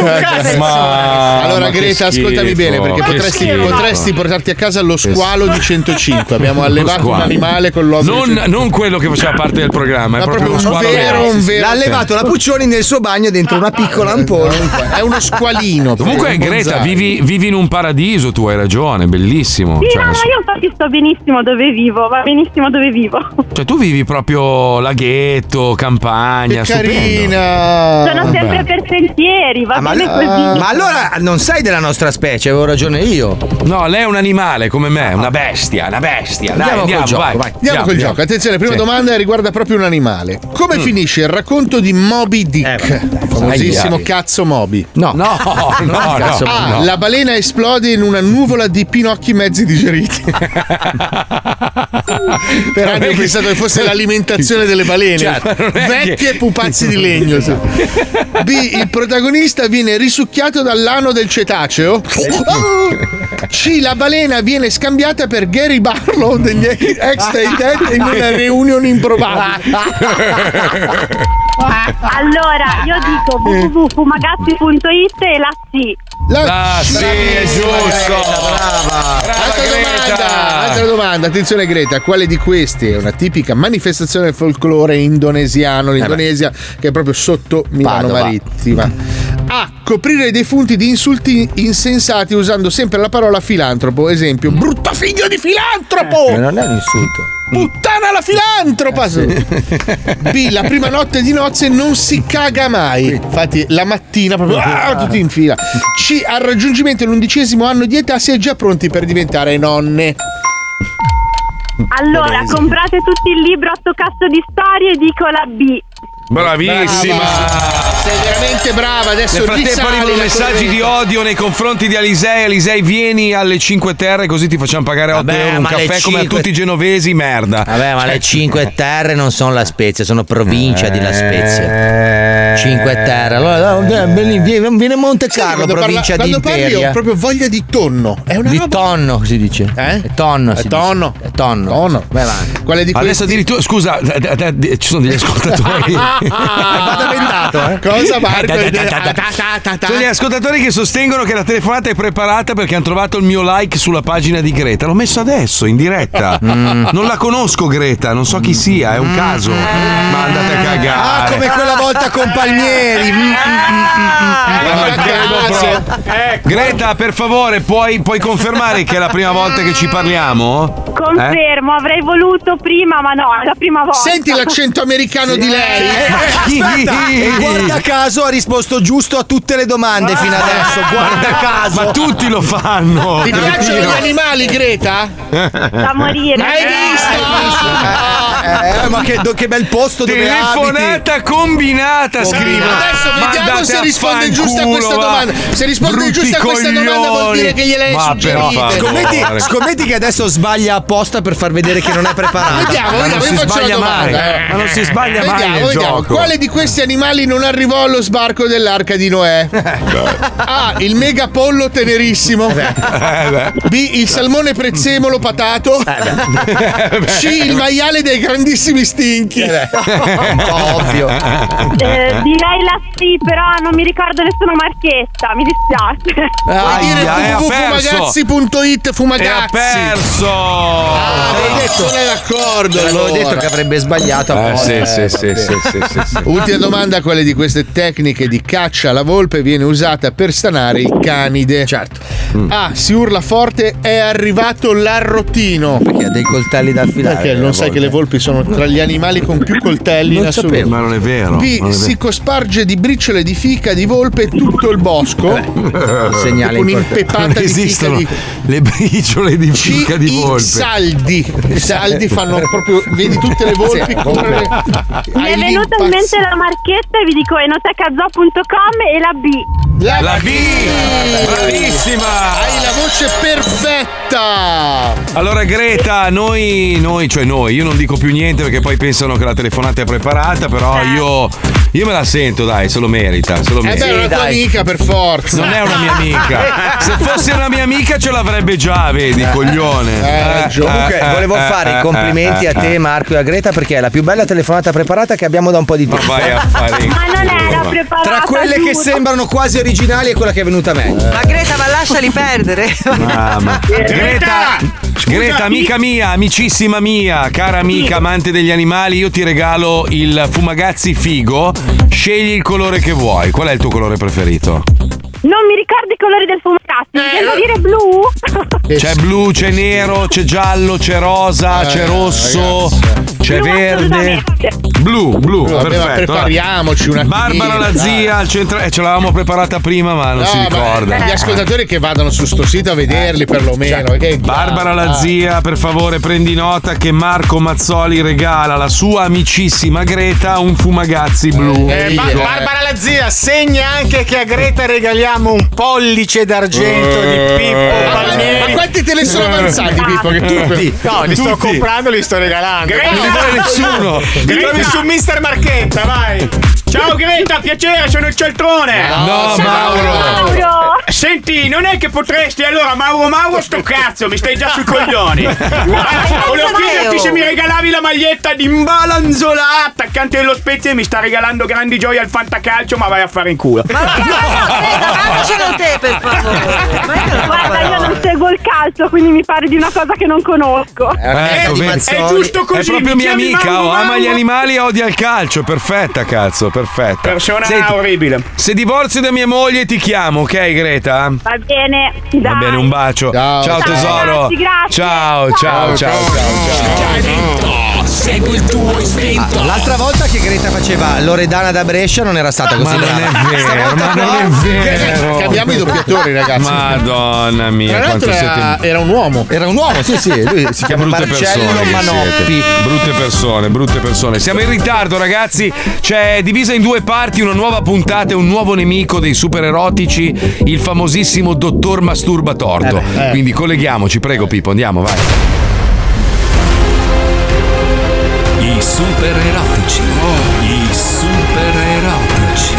Allora, ma che Greta, ascoltami schifo, bene, perché che potresti portarti a casa lo squalo di 105. Abbiamo allevato un animale con l'uovo. Non quello che faceva parte del programma, è Ma proprio uno proprio squalo vero. un vero. L'ha allevato la Puccioni nel suo bagno dentro una piccola ampolla. È uno squalino. Comunque, un Greta, bonsai. vivi in un paradiso, tu hai ragione, bellissimo. Sì, Cioè, no, io infatti sto benissimo dove vivo, va benissimo dove vivo. cioè, tu vivi proprio laghetto, campagna, Che stupendo. carina. Sono sempre per sentieri, va bene così. Ma allora non sei della nostra specie, avevo ragione io. No, lei è un animale come me, una bestia, una bestia. Dai, Andiamo col gioco, vai. Andiamo col gioco. Attenzione, prima domanda riguarda proprio un animale. Come finisce il racconto di Moby Dick? Famosissimo cazzo Moby. No. No. A. La balena esplode in una nuvola di pinocchi mezzi digeriti. Per anni ho pensato che fosse l'alimentazione delle balene. Cioè, non è Vecchie pupazzi di legno. Sì. B. Il protagonista viene risucchiato dall'ano del cetaceo. C. La balena viene scambiata per Gary Barlow degli ex-State Head in una reunion improbabile. Allora, io dico www.fumagazzi.it e la C. Sì, è giusto. Altra domanda, attenzione Greta, quale di questi è una tipica manifestazione del folklore indonesiano, l'Indonesia che è proprio sotto Milano Padova. Marittima? A. Coprire i defunti di insulti insensati usando sempre la parola filantropo, esempio, brutto figlio di filantropo! Non è un insulto. Puttana la filantropa! B. La prima notte di nozze non si caga mai. Infatti la mattina proprio tutti in fila. C. Al raggiungimento dell'11° anno di età si è già pronti per diventare nonne. Allora, comprate tutti il libro 8 cazzo di storie e dico la B. Bravissima. Sei veramente brava. Adesso Nel frattempo arrivano messaggi di odio nei confronti di Alisei. Alisei, vieni alle 5 Terre così ti facciamo pagare 8 euro un ma le caffè come a 5 tutti i genovesi, merda. Vabbè, ma le 5 Terre non sono La Spezia, sono provincia di La Spezia. 5 Terre. Allora, viene Monte Carlo, provincia di quando parli Imperia. ho proprio voglia di tonno. È una Di roba. tonno si dice. Eh? È tonno. si tonno. dice. È tonno. Vai avanti. Quale di Adesso addirittura, scusa, ci sono degli ascoltatori. Vado bendato, Cosa Marco? Sono gli ascoltatori che sostengono che la telefonata è preparata perché hanno trovato il mio like sulla pagina di Greta. L'ho messo adesso in diretta. Non la conosco Greta, non so chi sia, è un caso. Ma andate a cagare. Ah, come quella volta con Palmieri. Ma credo Greta, per favore, puoi confermare che è la prima volta che ci parliamo? Confermo, avrei voluto prima, ma no, è la prima volta. Senti l'accento americano di lei. E guarda caso ha risposto giusto a tutte le domande fino adesso. Guarda caso. Ma tutti lo fanno. Ti piacciono gli animali, Greta? Da morire. Hai visto? Ma che bel posto dove telefonata combinata, scrivo. Adesso vediamo se risponde giusto a questa domanda. Se risponde giusto a questa domanda vuol dire che gliele hai suggerite. Scommetti che adesso sbaglia apposta per far vedere che non è preparato. Vediamo, io faccio la domanda. Ma non si sbaglia mai nel Vediamo. gioco. Quale di questi animali non arrivò allo sbarco dell'arca di Noè? A. Il megapollo tenerissimo. B. Il salmone prezzemolo patato. C. Il maiale dei grandissimi stinchi. Un po' ovvio. Direi la sì, però non mi ricordo nessuna marchetta, mi dispiace. Puoi dire www.fumagazzi.it. Fumagazzi. Ha perso. Non è d'accordo. L'avevo detto che avrebbe sbagliato. Sì. Ultima domanda: quale di queste tecniche di caccia alla volpe viene usata per stanare il canide? Certo. A. Si urla forte, è arrivato l'arrotino. Perché ha dei coltelli da affilare. Perché non sai che le volpi sono tra gli animali con più coltelli in assoluto. Ma non è vero. B. Si cosparge di briciole di fica di volpe tutto il bosco. Segnale un'impepata di fica di... le briciole di fica di volpe. I saldi fanno proprio, vedi tutte le volpi correre. Mi è venuta in mente la marchetta e vi dico enotecazoo.com e la B. La B! Bravissima! Hai la voce perfetta! Allora Greta, noi, io non dico più niente perché poi pensano che la telefonata è preparata, però io me la sento, dai, se lo merita. Beh, è una tua amica per forza. Non è una mia amica. Se fosse una mia amica ce l'avrebbe già, vedi, coglione. Comunque volevo fare i complimenti a te, Marco, e a Greta perché è la più bella telefonata preparata che abbiamo da un po' di tempo. Ma vai a fare. Ma non era preparata. Tra quelle che sembrano quasi originali è quella che è venuta meglio. Ma Greta, ma lasciali perdere. Greta, amica mia, amicissima mia, cara amica, amante degli animali, io ti regalo il Fumagazzi Figo. Scegli il colore che vuoi. Qual è il tuo colore preferito? Non mi ricordo i colori del Fumagazzi. Devo dire blu? C'è blu, c'è nero, c'è giallo, c'è rosa, c'è rosso, c'è verde. Blu, perfetto. Prepariamoci una Barbara la zia al centro. Ce l'avevamo preparata prima, ma non si ricorda. Gli ascoltatori che vadano su sto sito a vederli perlomeno. Barbara la zia, per favore prendi nota che Marco Mazzoli regala alla sua amicissima Greta un Fumagazzi blu. Barbara la zia, segna anche che a Greta regaliamo un pollice d'argento di Pippo Palmieri. Ma quanti te ne sono avanzati, Pippo? Che tutti? No, li sto comprando, li sto regalando. Non li vuole nessuno. Mi trovi su Mister Marchetta, vai. Ciao Greta, piacere, sono il Cialtrone. No, Mauro. Senti, non è che potresti allora Mauro sto cazzo, mi stai già sui coglioni. Volevo chiederti se mi regalavi la maglietta di Mbalanzola, attaccante dello Spezia, mi sta regalando grandi gioie al fantacalcio, ma vai a fare in culo. Mandacelo te, per favore. Guarda, io non seguo il calcio, quindi mi pare di una cosa che non conosco. È giusto così. È proprio mia amica, ama gli animali e odia il calcio. Perfetta, cazzo, perfetta. Persona orribile. Se divorzio da mia moglie ti chiamo, ok Greta? Va bene, dai. Va bene, un bacio. Ciao tesoro. Ragazzi, grazie. Ciao. Segui il tuo istinto. L'altra volta che Greta faceva Loredana da Brescia non era stata così. Ma non è vero. Cambiamo i doppiatori, ragazzi. Madonna mia. Tra l'altro era un uomo. Era un uomo, sì. Lui si chiama Marcello Manoppi. Brutte persone. Siamo in ritardo, ragazzi. C'è divisa in due parti una nuova puntata e un nuovo nemico dei super erotici, il famosissimo dottor Masturbatorto. Quindi colleghiamoci, prego Pippo, andiamo, vai. I super erotici. I super erotici.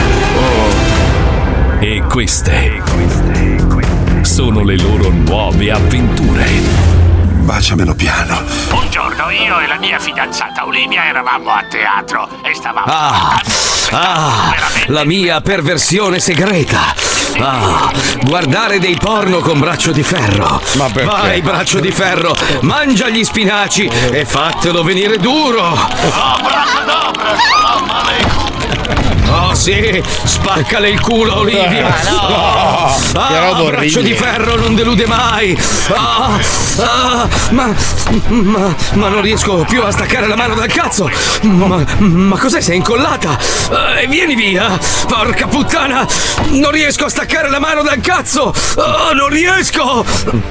E queste sono le loro nuove avventure. Baciamelo piano. Un giorno io e la mia fidanzata Olivia eravamo a teatro e stavamo La mia perversione segreta. Guardare dei porno con Braccio di Ferro. Ma perché? Vai, Braccio di Ferro, mangia gli spinaci e fatelo venire duro. Oh sì, spaccale il culo, Olivia. Braccio di ferro non delude mai. Ma non riesco più a staccare la mano dal cazzo. Ma cos'è? Sei incollata? Vieni via. Porca puttana, non riesco a staccare la mano dal cazzo. Non riesco.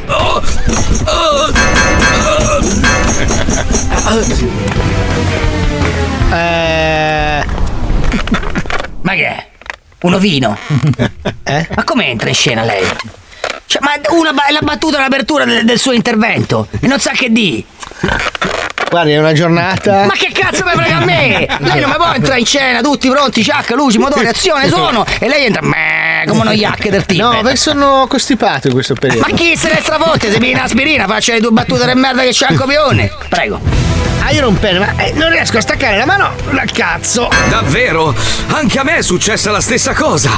Ma che è? Un ovino? Ma come entra in scena lei? Cioè, ma la battuta all'apertura del suo intervento e non sa che di. Guardi, è una giornata. Ma che cazzo mi frega a me? Lei non mi può entrare in scena, tutti pronti, ciacca, luci, motori, azione, suono. E lei entra come uno yak del tipo. No, perché sono costipato in questo periodo. Ma chi se ne strafotte? Se mi viene aspirina, faccia le 2 battute di merda che c'ha il copione. Prego. Io non pene, ma non riesco a staccare la mano dal cazzo. Davvero? Anche a me è successa la stessa cosa.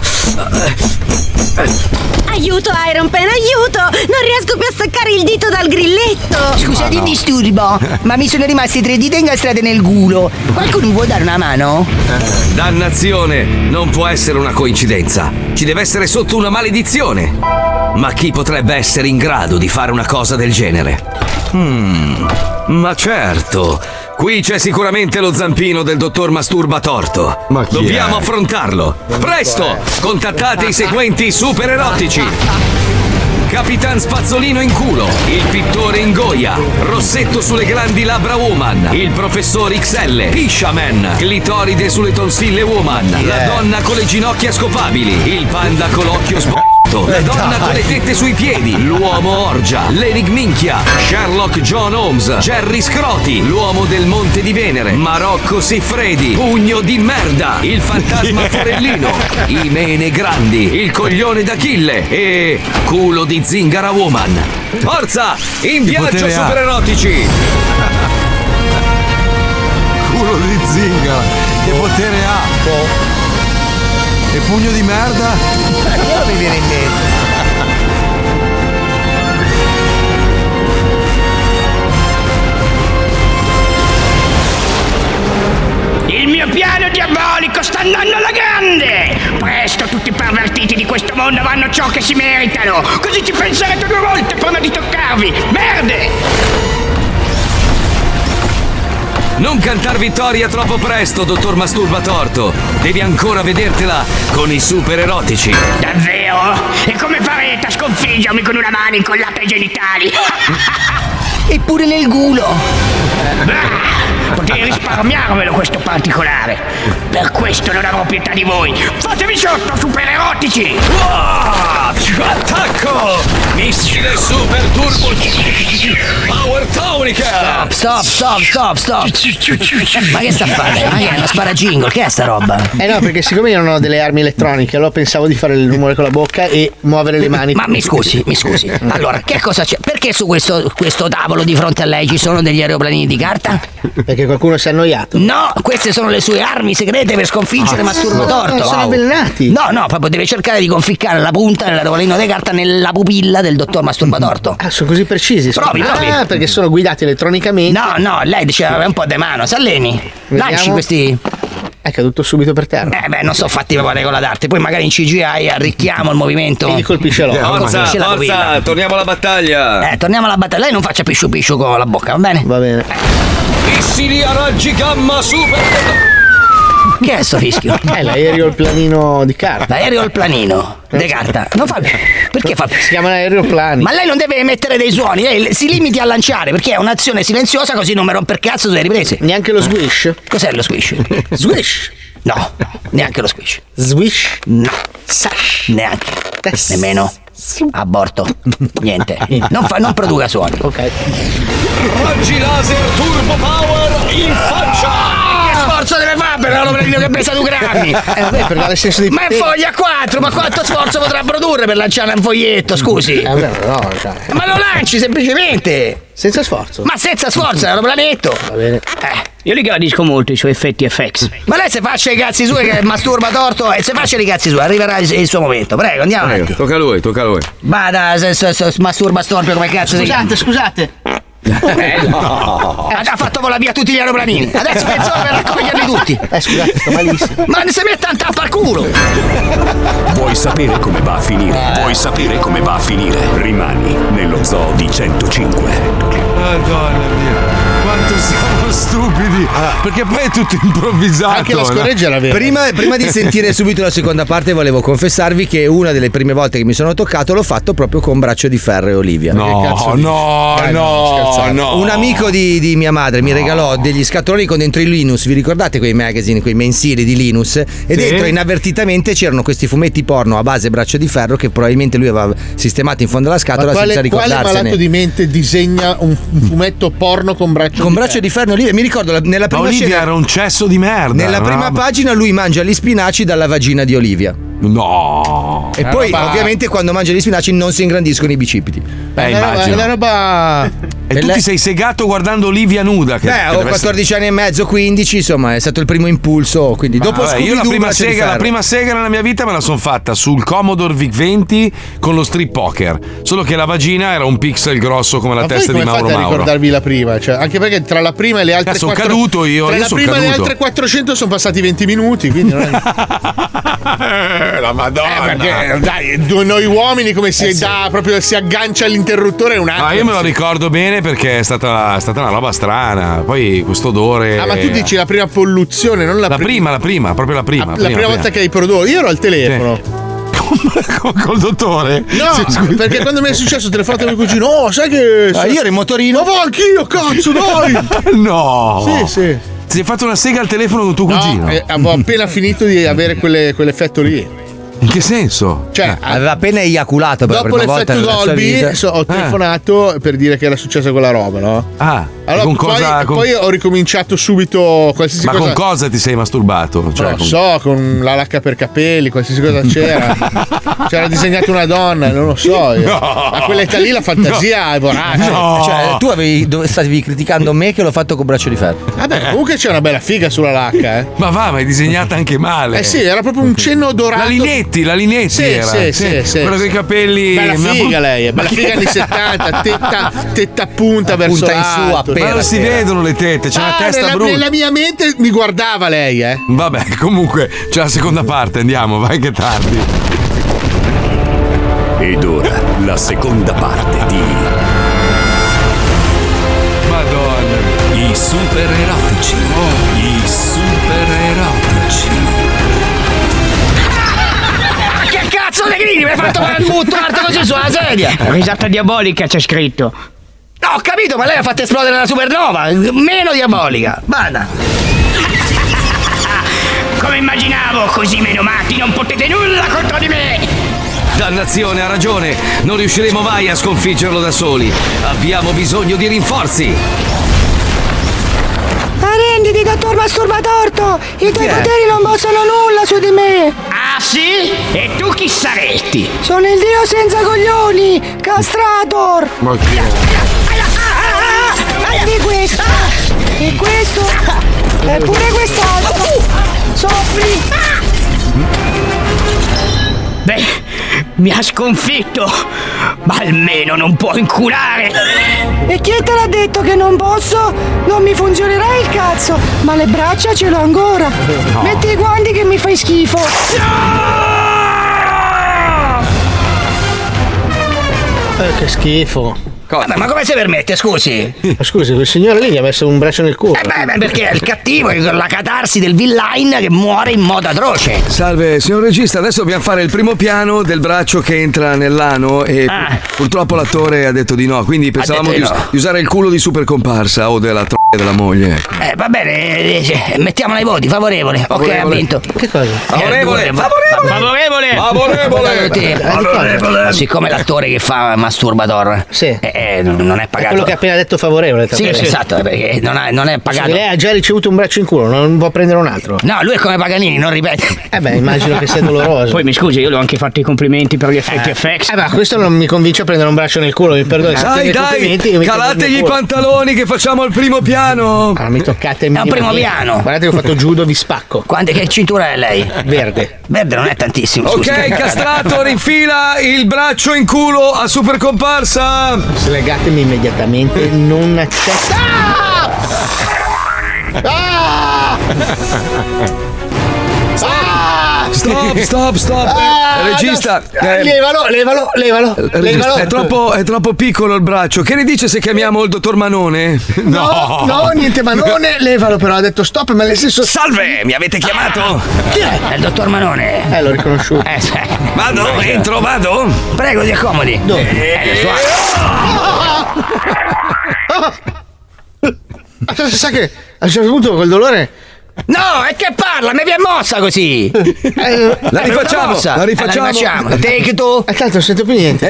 Aiuto, Iron Pen, aiuto! Non riesco più a staccare il dito dal grilletto. Scusate il disturbo, ma mi sono rimasti 3 dita incastrate nel culo. Qualcuno mi può dare una mano? Dannazione, non può essere una coincidenza. Ci deve essere sotto una maledizione. Ma chi potrebbe essere in grado di fare una cosa del genere? Ma certo, qui c'è sicuramente lo zampino del dottor Masturbatorto. Ma chi dobbiamo affrontarlo. Presto, contattate i seguenti super erotici. Capitan Spazzolino in culo, il pittore in goia, Rossetto sulle grandi labbra woman, il professor XL, Fishaman, clitoride sulle tonsille woman, la donna con le ginocchia scopabili, il panda con l'occhio la donna con le tette sui piedi, l'uomo orgia, l'enigminchia, Sherlock John Holmes, Jerry Scroti, l'uomo del Monte di Venere, Marocco Siffredi, pugno di merda, il fantasma forellino, i mene grandi, il coglione d'Achille e culo di zingara woman. Forza, in viaggio super erotici. Culo di zingara, che potere ha? E pugno di merda? Non mi viene in mente. Il mio piano diabolico sta andando alla grande! Presto tutti i pervertiti di questo mondo avranno ciò che si meritano! Così ci penserete 2 volte prima di toccarvi! Merde! Non cantar vittoria troppo presto, dottor Masturbatorto. Devi ancora vedertela con i super erotici. Davvero? E come farete a sconfiggermi con una mano incollata ai genitali? Eppure nel culo. Potrei risparmiarvelo questo particolare. Per questo non avrò pietà di voi. Fatevi sotto, super erotici! Attacco! Missile super turbo power tonica! Stop. Ma che sta a fare? Ma che è uno sparajingle? Che è sta roba? No, perché siccome io non ho delle armi elettroniche, allora pensavo di fare il rumore con la bocca e muovere le mani. Ma mi scusi. Allora, che cosa c'è? Perché su questo tavolo di fronte a lei ci sono degli aeroplanini di carta? Perché qualcuno si è annoiato? No, queste sono le sue armi segrete per sconfiggere Masturbatorto. No, sono avvelenati. No, proprio deve cercare di conficcare la punta dell'aeroplano di carta nella pupilla del dottor Masturbatorto. Sono così precisi. Provi. Perché sono guidati elettronicamente. No, lei diceva un po' di mano, s'alleni. Lanci questi. È caduto subito per terra. Non sono fatti proprio regola d'arte. Poi magari in CGI arricchiamo il movimento. E gli colpisce l'occhio. Forza, torniamo alla battaglia. Torniamo alla battaglia. Lei non faccia pisciu con la bocca, va bene? Va bene. Missili a raggi gamma super. Che è sto fischio? È l'aeroplanino di carta. L'aeroplanino di carta. Non fa. Perché fa? Si chiamano aeroplani. Ma lei non deve emettere dei suoni, lei si limiti a lanciare perché è un'azione silenziosa, così non mi romper cazzo delle riprese. Neanche lo squish? Cos'è lo squish? Squish? No, neanche lo squish. Swish? No. Neanche. Nemmeno. Aborto. Niente. Non produca suoni. Ok. Raggi laser turbo power in faccia! Sforzo deve fare per l'aeroplanino che pesa 2 grammi? Per dare senso di ma è foglia 4, ma quanto sforzo potrà produrre per lanciare un foglietto, scusi? No, ma lo lanci semplicemente! Senza sforzo. Ma senza sforzo, l'aeroplanetto! Va bene. Io li gradisco molto i suoi effetti FX. Ma lei se faccia i cazzi suoi che Masturbatorto e se faccia i cazzi suoi, arriverà il suo momento. Prego, andiamo avanti. Tocca a lui. Vada, Masturba Storpio come cazzo Scusate. Ha fatto volare via tutti gli aeroplanini. Adesso penso per raccoglierli tutti. Scusate, sto malissimo. Ma se mette un tappo al culo. Vuoi sapere come va a finire? Vuoi sapere come va a finire? Rimani nello zoo di 105. Madonna mia, quanto siamo stupidi. Perché poi è tutto improvvisato. Anche la scoreggia era vera. Prima di sentire subito la seconda parte, volevo confessarvi che una delle prime volte che mi sono toccato l'ho fatto proprio con Braccio di Ferro e Olivia. No. Un amico di mia madre mi regalò degli scatoloni con dentro il Linus. Vi ricordate quei magazine, quei mensili di Linus? E dentro inavvertitamente c'erano questi fumetti porno a base Braccio di Ferro che probabilmente lui aveva sistemato in fondo alla scatola senza ricordarsene. Quale malato di mente disegna un fumetto porno con Braccio di Ferro e Olivia? Mi ricordo nella prima Olivia scena, era un cesso di merda. nella prima pagina lui mangia gli spinaci dalla vagina di Olivia. No. E poi ovviamente quando mangia gli spinaci non si ingrandiscono i bicipiti. Immagino. Una roba. E tu ti sei segato guardando Olivia nuda. Ho 14 anni e mezzo, 15, insomma, è stato il primo impulso. Quindi dopo io la prima sega nella mia vita me la sono fatta sul Commodore VIC-20 con lo strip poker. Solo che la vagina era un pixel grosso come la testa di Mauro Mauro. Ma ricordarvi la prima? Cioè, anche perché tra la prima e le altre sono caduto io. Tra io la prima e le altre 400 sono passati 20 minuti. Quindi non è. La Madonna. Perché dai, noi uomini come si dà proprio si aggancia all'interruttore un attimo. Io me lo ricordo bene perché è stata una roba strana. Poi questo odore. Ma tu dici la prima polluzione, non la prima, proprio la prima. La prima volta che hai prodotto. Io ero al telefono. Col dottore? No, perché quando mi è successo ho telefonato a mio cugino. Oh, sai che. Io ero in motorino. Ma va anch'io, cazzo, dai! No! Sì. Ti hai fatto una sega al telefono con tuo cugino? Avevo appena finito di avere quell'effetto lì. In che senso? Cioè, aveva appena eiaculato per dopo la prima volta l'effetto Dolby ho telefonato per dire che era successa quella roba, no? Allora, con cosa, poi ho ricominciato subito qualsiasi cosa. Ma con cosa ti sei masturbato? Cioè, non lo so, con la lacca per capelli, qualsiasi cosa c'era. C'era disegnata una donna, non lo so. A quell'età lì la fantasia è vorace. Cioè, tu stavi criticando me che l'ho fatto con Braccio di Ferro. Vabbè, comunque c'è una bella figa sulla lacca, Ma è disegnata anche male. Sì, era proprio un cenno dorato. La Linetti era. Sì. Quello con i capelli. Bella figa lei, bella figa anni 70, tetta punta verso l'alto. Ma non si vedono le tette, c'è una testa brutta. Nella mia mente mi guardava lei, Vabbè, comunque c'è la seconda parte, andiamo, vai che tardi. Ed ora la seconda parte di Madonna. I super erotici. I super erotici. Che cazzo di gridi? Mi hai fatto buttarti così sulla sedia. Risata diabolica c'è scritto. No, ho capito, ma lei ha fatto esplodere la supernova. Meno diabolica. Bada. Come immaginavo, così meno matti non potete nulla contro di me. Dannazione, ha ragione. Non riusciremo mai a sconfiggerlo da soli. Abbiamo bisogno di rinforzi. Arrenditi, dottor Masturbatorto! I tuoi poteri non possono nulla su di me! Ah sì? E tu chi saresti? Sono il dio senza coglioni! Castrator! Ma che... Di questo! E questo! E pure quest'altro! Soffri! Beh, mi ha sconfitto, ma almeno non può inculare. E chi te l'ha detto che non posso? Non mi funzionerà il cazzo, ma le braccia ce l'ho ancora. No. Metti i guanti che mi fai schifo. Che schifo. Vabbè, ma come si permette, scusi? Scusi, quel signore lì gli ha messo un braccio nel culo. Perché è il cattivo, è la catarsi del villain che muore in modo atroce. Salve, signor regista, adesso dobbiamo fare il primo piano del braccio che entra nell'ano e purtroppo l'attore ha detto di no, quindi pensavamo di usare il culo di Super Comparsa o della della moglie. Va bene, mettiamola ai voti, favorevole. Ok, ha vinto. Che cosa? Favorevole. Siccome l'attore che fa Masturbator non è pagato. È quello che ha appena detto favorevole. Sì, esatto, perché non è pagato. Lei ha già ricevuto un braccio in culo, non può prendere un altro. No, lui è come Paganini, non ripete. Immagino che sia doloroso. Poi mi scusi, io le ho anche fatto i complimenti per gli effetti FX. Ma questo non mi convince a prendere un braccio nel culo, mi perdoni. Dai, calategli i pantaloni che facciamo il primo piano. piano. Allora, mi toccate È un primo piano. Guardate che ho fatto judo, vi spacco. Che cintura è lei? Verde. Verde non è tantissimo. Ok, scusi. castrato, rinfila il braccio in culo a super comparsa. Slegatemi immediatamente, non accetto. Stop. Regista. Levalo. È troppo piccolo il braccio. Che ne dice se chiamiamo il dottor Manone? No, niente Manone, levalo però, ha detto stop, ma nel senso. Salve, mi avete chiamato? Chi è? È il dottor Manone. L'ho riconosciuto. Vado, entro, vado? Prego, ti accomodi. Sa che a un certo punto col dolore. No, è che parla, mi viene mossa così. La rifacciamo. Take two. Tanto non sento più niente.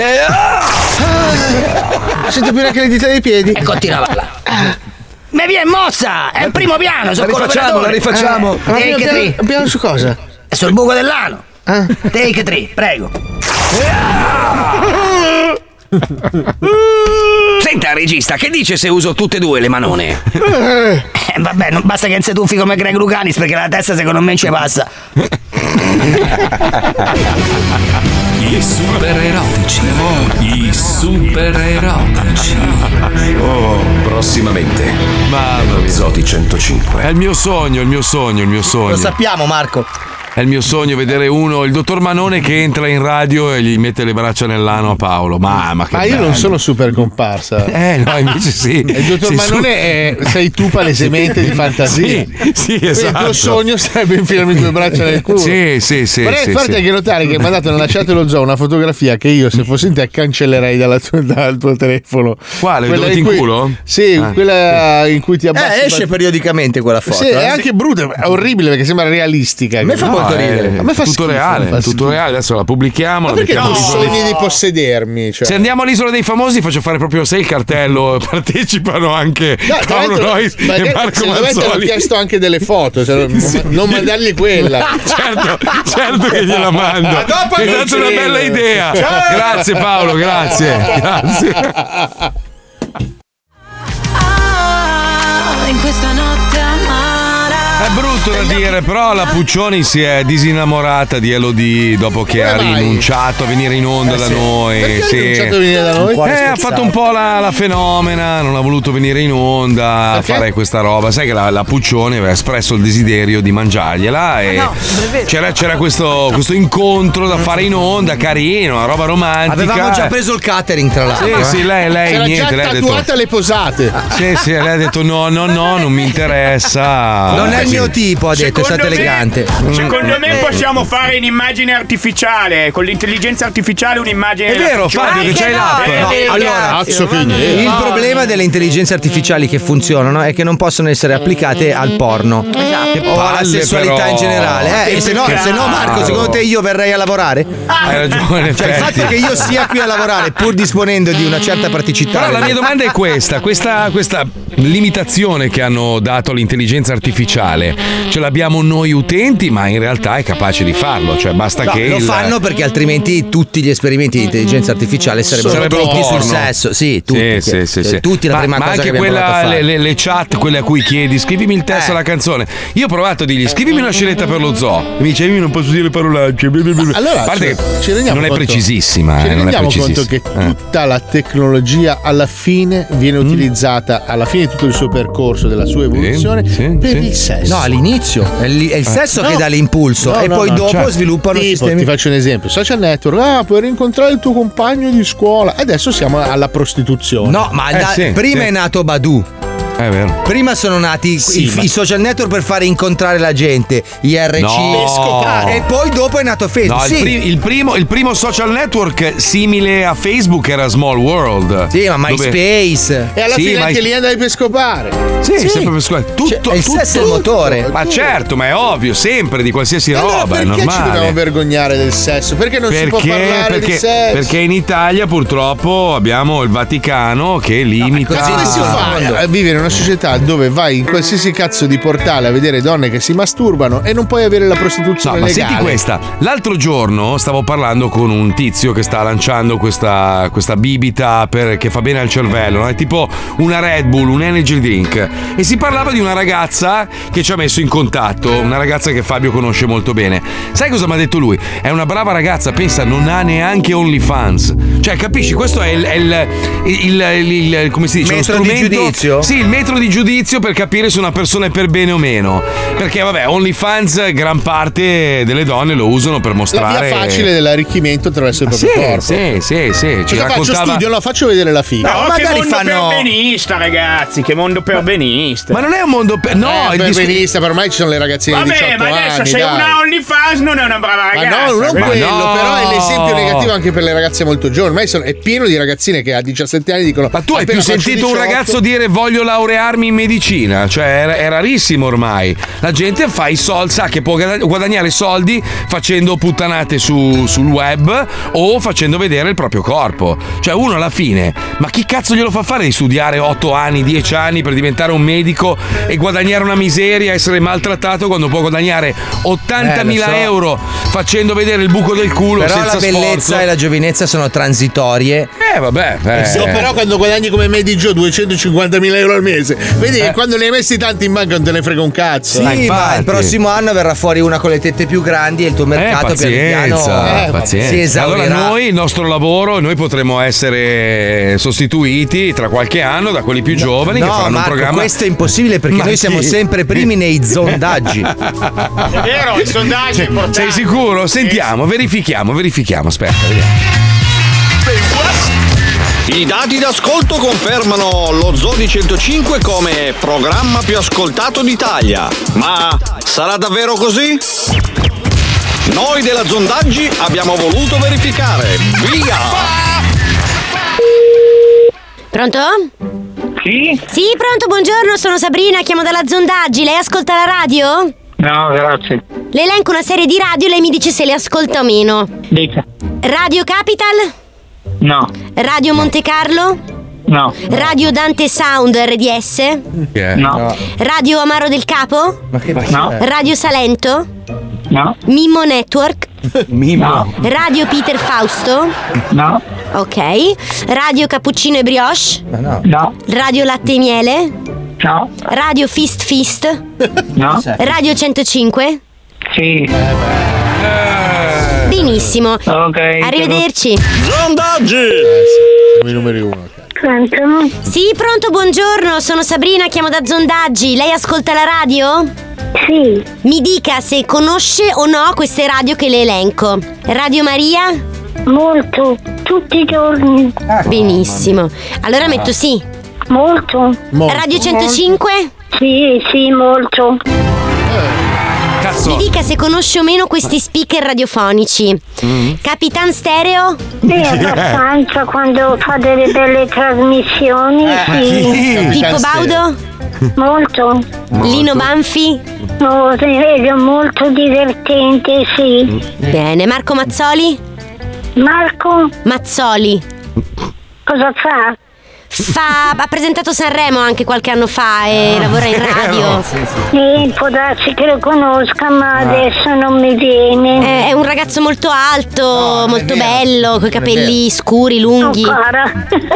Non sento più neanche le dita dei piedi. E continua a parlare. Mi viene mossa! È il primo piano, sono La rifacciamo. Take three. Piano su cosa? È sul buco dell'ano. Take three, prego. Senta, regista, che dice se uso tutte e due le manone? Vabbè, non basta che non si tuffi come Greg Lucanis, perché la testa secondo me non ci passa. I super erotici. Prossimamente. Zoti 105. È il mio sogno. Lo sappiamo, Marco. È il mio sogno vedere il dottor Manone che entra in radio e gli mette le braccia nell'ano a Paolo. Ma che io bello. non sono super comparsa. No, invece sì. Il dottor Manone sei tu palesemente di fantasia. Sì, esatto. esatto. Il tuo sogno sarebbe infilarmi due braccia nel culo. Sì. Vorrei farti anche notare che mi ha mandato nella chat dello zoo una fotografia che io, se fossi in te, cancellerei dal tuo telefono. Quale? Quella dove ti inculo? Sì, quella in cui ti abbassi. Esce periodicamente quella foto. Sì, è anche brutta, è orribile perché sembra realistica. A me fa molto ridere. A me fa tutto schifo, reale, tutto reale. Adesso la pubblichiamo. Ma la perché mettiamo tu all'isola sogni dei- di possedermi? Cioè. Se andiamo all'isola dei famosi, faccio fare proprio il cartello. Partecipano anche Paolo Nois e Marco Ho Mazzoli. chiesto anche delle foto, cioè, non mandargli quella. certo che gliela mando. Ma dopo È non stata una credo. bella idea. Ciao. Grazie Paolo, grazie. In questa notte amara. È brutto da dire, però la Puccioni si è disinnamorata di Elodie dopo che ha rinunciato a venire in onda da noi. Perché ha Sì. rinunciato a venire da noi? Ha fatto un po' la fenomena, non ha voluto venire in onda a fare questa roba. Sai che la Puccioni aveva espresso il desiderio di mangiargliela e c'era questo incontro da fare in onda, carino, una roba romantica. Avevamo già preso il catering, tra l'altro. Sì, lei C'era niente, già lei ha detto. tatuata le posate. Sì, lei ha detto no, non mi interessa. Non è il mio tipo, ha detto, è stato Secondo me- elegante. Secondo me possiamo fare un'immagine artificiale, con l'intelligenza artificiale un'immagine. È vero, Fabio, che c'hai l'app. Allora, il il problema delle intelligenze artificiali che funzionano è che non possono essere applicate al porno o alla palle, sessualità però. in generale. E se no, Marco, secondo te io verrei a lavorare? Hai ragione, in Cioè, il effetti. fatto che io sia qui a lavorare pur disponendo di una certa praticità. Però la mia domanda è questa limitazione che hanno dato all'intelligenza artificiale ce l'abbiamo noi utenti, ma in realtà è capace di farlo, cioè basta No, che lo fanno perché altrimenti tutti gli esperimenti di intelligenza artificiale sarebbero tutti sul porno. sesso. Sì, tutti. Sì. Tutti la prima ma cosa anche che abbiamo provato a fare. le chat, quelle a cui chiedi scrivimi il testo della canzone. Io ho provato a dirgli scrivimi una scenetta per lo zoo. E mi dice io non posso dire le parolacce. Allora, a parte ci che rendiamo non è conto- precisissima. Ci non è rendiamo conto precisissima. che tutta la tecnologia alla fine viene utilizzata alla fine di tutto il suo percorso della sua evoluzione per il sesso. No, all'inizio è il sesso che dà l'impulso e poi dopo sviluppano tipo, sistemi. Ti faccio un esempio: social network, puoi rincontrare il tuo compagno di scuola. Adesso siamo alla prostituzione. No, ma prima è nato Badoo. È vero. Prima sono nati i social network per fare incontrare la gente, IRC, No. scopare. E poi dopo è nato Facebook. No, il primo social network simile a Facebook era Small World. Sì, ma MySpace. E alla fine anche lì andavi per scopare. Sì, sempre per scopare. Tutto, il sesso è il motore. Ma certo, ma è ovvio, sempre di qualsiasi Allora, roba, è perché ci dobbiamo normale. vergognare del sesso? Perché non si può parlare di sesso? Perché in Italia purtroppo abbiamo il Vaticano che limita. Come si fa a vivere in una una società dove vai in qualsiasi cazzo di portale a vedere donne che si masturbano e non puoi avere la prostituzione No, ma legale. senti questa. L'altro giorno stavo parlando con un tizio che sta lanciando questa bibita che fa bene al cervello, no? È tipo una Red Bull, un energy drink. E si parlava di una ragazza che ci ha messo in contatto, una ragazza che Fabio conosce molto bene. Sai cosa mi ha detto lui? È una brava ragazza, pensa, non ha neanche OnlyFans. Cioè, capisci? Questo è il come si dice? Metro lo strumento di giudizio? Sì, il metro di giudizio per capire se una persona è per bene o meno. Perché vabbè, OnlyFans gran parte delle donne lo usano per mostrare La via facile dell'arricchimento attraverso il proprio corpo. Sì. Ci Cosa faccio? Studio? No, faccio vedere la figa. No, magari che mondo perbenista, ragazzi, che mondo perbenista. Ma non è un mondo il perbenista, per me ci sono le ragazzine di 18 ma adesso anni, se dai. una OnlyFans non è una brava ragazza. Ma no, non quello, però è l'esempio negativo anche per le ragazze molto giovani. Ormai è pieno di ragazzine che a 17 anni dicono: ma tu hai più sentito un ragazzo dire voglio laurearmi in medicina? Cioè è rarissimo ormai. La gente fa i soldi, sa che può guadagnare soldi facendo puttanate sul web o facendo vedere il proprio corpo. Cioè uno alla fine, ma chi cazzo glielo fa fare di studiare 8 anni, 10 anni per diventare un medico e guadagnare una miseria, essere maltrattato quando può guadagnare 80.000 euro facendo vedere il buco del culo però senza la bellezza sforzo. e la giovinezza sono transitorie. Vabbè. No, però quando guadagni come Medi Joe 250.000 euro al mese, vedi che quando ne hai messi tanti in banca non te ne frega un cazzo. Sì, ma il prossimo anno verrà fuori una con le tette più grandi e il tuo mercato piano piano pazienza. si esaurirà. Allora noi, il nostro lavoro, noi potremo essere sostituiti tra qualche anno da quelli più giovani che faranno Marco, un programma. questo è impossibile perché noi siamo sempre primi nei sondaggi. È vero, i sondaggi importanti. Sei sicuro? Sentiamo, verifichiamo. Aspetta, vediamo. I dati d'ascolto confermano lo Zodi 105 come programma più ascoltato d'Italia. Ma sarà davvero così? Noi della Zondaggi abbiamo voluto verificare. Via! Pronto? Sì? Sì, pronto, buongiorno, sono Sabrina, chiamo dalla Zondaggi. Lei ascolta la radio? No, grazie. Le elenco una serie di radio e lei mi dice se le ascolta o meno. Dica. Radio Capital? No. Radio Monte Carlo? No. Radio Dante Sound RDS? No. Radio Amaro del Capo? No. Radio Salento? No. Mimmo Network? No. Radio Peter Fausto? No. Ok. Radio Cappuccino e Brioche? No. Radio Latte e Miele? No. Radio Fist? No. Radio 105? Sì. Benissimo. Ok. Arrivederci. Zondaggi! Siamo i numeri uno. Pronto? Sì, pronto, buongiorno, sono Sabrina, chiamo da Zondaggi. Lei ascolta la radio? Sì. Mi dica se conosce o no queste radio che le elenco. Radio Maria? Molto, tutti i giorni. Benissimo. Allora metto sì. Molto. Radio 105? Sì, molto. Cazzo. Mi dica se conosce o meno questi speaker radiofonici. Capitan Stereo? Abbastanza quando fa delle belle trasmissioni. Pippo Baudo? Molto. Lino Banfi? È molto divertente, sì. Bene, Marco Mazzoli? Marco? Mazzoli. Cosa fa? Ha presentato Sanremo anche qualche anno fa e lavora in radio. Può darsi che lo conosca, ma adesso non mi viene. È un ragazzo molto alto, molto bello, coi capelli scuri, lunghi. Ancora?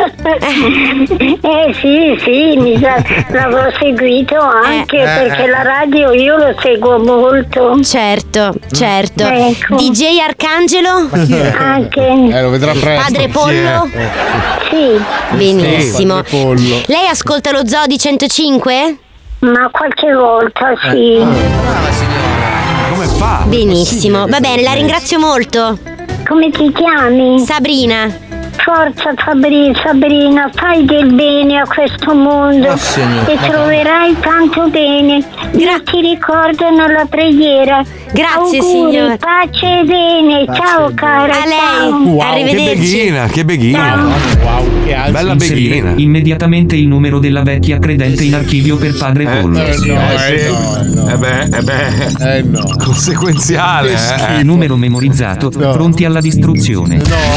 Sì, l'avrò seguito anche perché la radio io lo seguo molto. Certo. Ecco. DJ Arcangelo? Anche. Lo vedrà presto. Padre Pollo? Sì. Benissimo. Lei ascolta lo Zoo di 105? Ma qualche volta sì. Come fa? Benissimo, va bene, la ringrazio molto. Come ti chiami? Sabrina. Forza Sabrina, fai del bene a questo mondo e troverai tanto bene. Ti ricordano la preghiera. Grazie, Auguri, signor. pace e bene, ciao cara. A lei. ciao. Arrivederci. Che beghina. Wow, che alto. Bella Inserire beghina. immediatamente il numero della vecchia credente in archivio per padre Pollo. Conseguenziale. Numero memorizzato, pronti alla distruzione.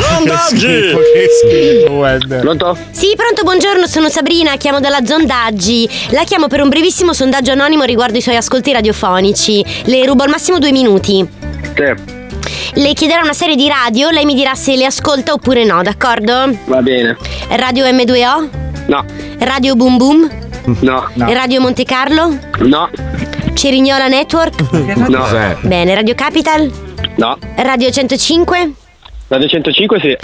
Pronto? Sì, pronto, buongiorno, sono Sabrina, chiamo dalla Zondaggi. La chiamo per un brevissimo sondaggio anonimo riguardo i suoi ascolti radiofonici. Le rubo al massimo 2 minuti. Le chiederò una serie di radio, lei mi dirà se le ascolta oppure no, d'accordo? Va bene. Radio M2O? No. Radio Boom Boom? No. Radio Monte Carlo? No. Cerignola Network? No. Bene, Radio Capital? No. Radio 105? Radio 105 sì.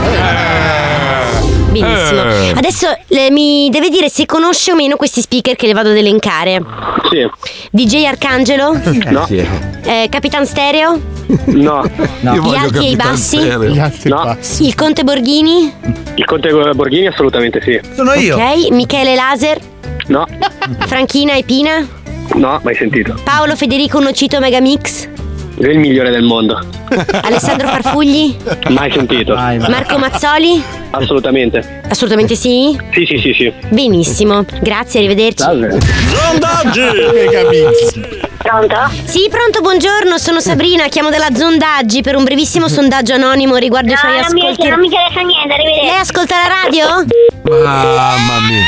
Benissimo. Adesso mi deve dire se conosce o meno questi speaker che le vado ad elencare. Sì. DJ Arcangelo? No. Capitan Stereo? No. Gli alti e i bassi? No. Il Conte Borghini? Il Conte Borghini assolutamente sì. Sono io. Ok, Michele Laser? No. Franchina e Pina? No, mai sentito. Paolo Federico Nocito Megamix? È il migliore del mondo. Alessandro Farfugli? Mai sentito. Marco Mazzoli? Assolutamente. Assolutamente sì? Sì. Benissimo, grazie, arrivederci. Sondaggi! Pronto? Sì, pronto, buongiorno, sono Sabrina, chiamo dalla Zondaggi per un brevissimo sondaggio anonimo riguardo i suoi ascolti. Non mi interessa niente, arrivederci. Lei ascolta la radio? Mamma mia.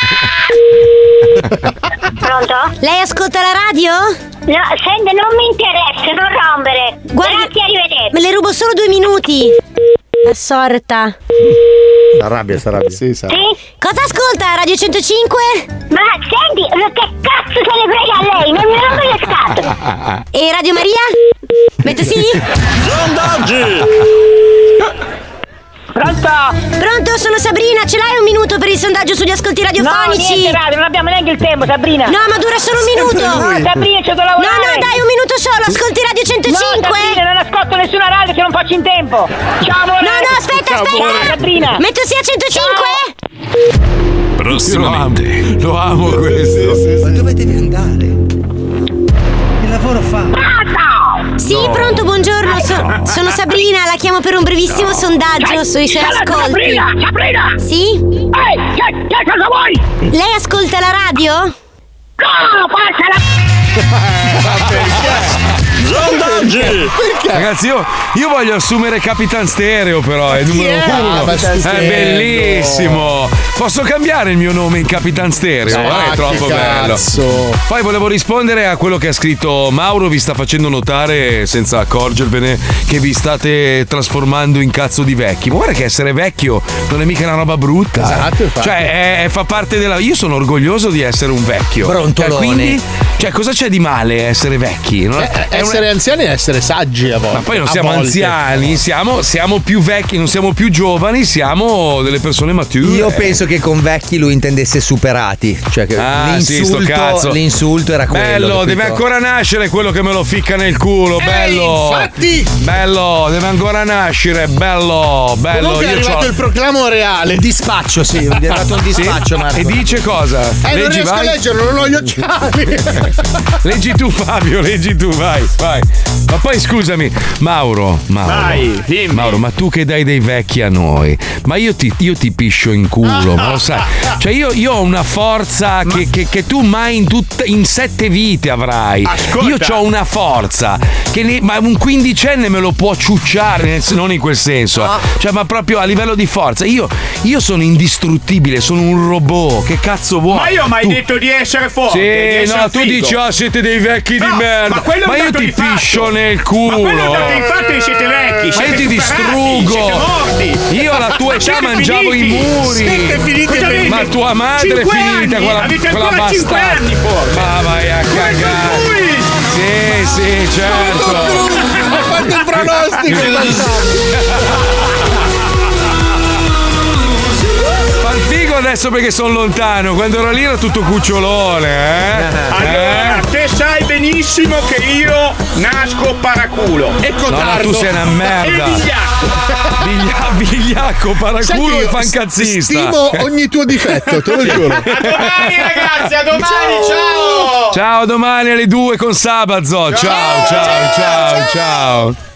Pronto? Lei ascolta la radio? No, senti, non mi interessa, non rompere. Grazie, arrivederci. Me le rubo solo 2 minuti. La sorta. S'arrabbia. Sì? Cosa ascolta? Radio 105? Ma senti, che cazzo se ne frega a lei? Non mi rompe le scatole. E Radio Maria? Metto sì? Sondaggi! Pronto? Pronto, sono Sabrina, ce l'hai un minuto per il sondaggio sugli ascolti radiofonici? No, niente radio, non abbiamo neanche il tempo, Sabrina. No, ma dura solo un minuto. No, Sabrina, c'ho da lavorare. No, dai, un minuto solo, ascolti Radio 105? No, Sabrina, non ascolto nessuna radio che non faccio in tempo. Ciao, amore. No, aspetta. Sabrina. Metto sì a 105? Prossimamente. Lo amo questo. Ma dove devi andare? Che lavoro fa? Sì, pronto, buongiorno, sono Sabrina, la chiamo per un brevissimo sondaggio sui suoi ascolti. Sabrina! Sì? Ehi, che cosa vuoi? Lei ascolta la radio? No, passala! Sondaggi! Ragazzi, io voglio assumere Capitan Stereo, però è numero 1. È bellissimo. Posso cambiare il mio nome in Capitan Stereo? È troppo bello. Poi volevo rispondere a quello che ha scritto Mauro. Vi sta facendo notare, senza accorgervene, che vi state trasformando in cazzo di vecchi. Ma guarda che essere vecchio non è mica una roba brutta. Esatto, infatti. Cioè, fa parte della. Io sono orgoglioso di essere un vecchio. Brontolone. Quindi, cosa c'è di male essere vecchi? No? Essere anziani e essere saggi a volte. Ma poi non siamo anziani, siamo più vecchi, non siamo più giovani, siamo delle persone mature. Io penso che con vecchi lui intendesse superati. Cioè che l'insulto era quello. Bello, deve ancora nascere quello che me lo ficca nel culo. Bello. Infatti. Bello, deve ancora nascere. Bello. Comunque è arrivato il proclamo reale. Dispaccio, sì. È arrivato un dispaccio, sì. Marco. E dice cosa? Leggi, non riesco a leggere, non ho gli occhiali. Leggi tu, Fabio, vai. Ma poi scusami, Mauro. Vai, dimmi. Mauro, ma tu che dai dei vecchi a noi, ma io ti piscio in culo, ma lo sai? Cioè io ho una forza che tu mai in 7 vite avrai. Ascolta. Io ho una forza ma un quindicenne me lo può ciucciare, non in quel senso. Cioè, ma proprio a livello di forza. Io sono indistruttibile, sono un robot. Che cazzo vuoi? Ma io ho mai detto di essere forte. Sì, di essere tu figo. dici, siete dei vecchi di merda. Ma io ti piscio nel culo. Ma quello è infatti siete vecchi. Ma io ti distruggo. Siete morti. Io alla tua età mangiavo i muri. Siete finiti. Ma tua madre è finita quella bastarda. 5 anni forse. Ma vai a cagare. Sì, certo. Ho fatto il pronostico. Fanfigo adesso perché sono lontano. Quando ero lì era tutto cucciolone, Allora, te sai benissimo che io nasco paraculo. E No, tu sei una merda. E Vigliacco, paraculo Sai che e io fancazzista. stimo ogni tuo difetto, te lo giuro. A domani ragazzi, a domani, ciao! Ciao, domani alle 2 con Sabazzo. Ciao.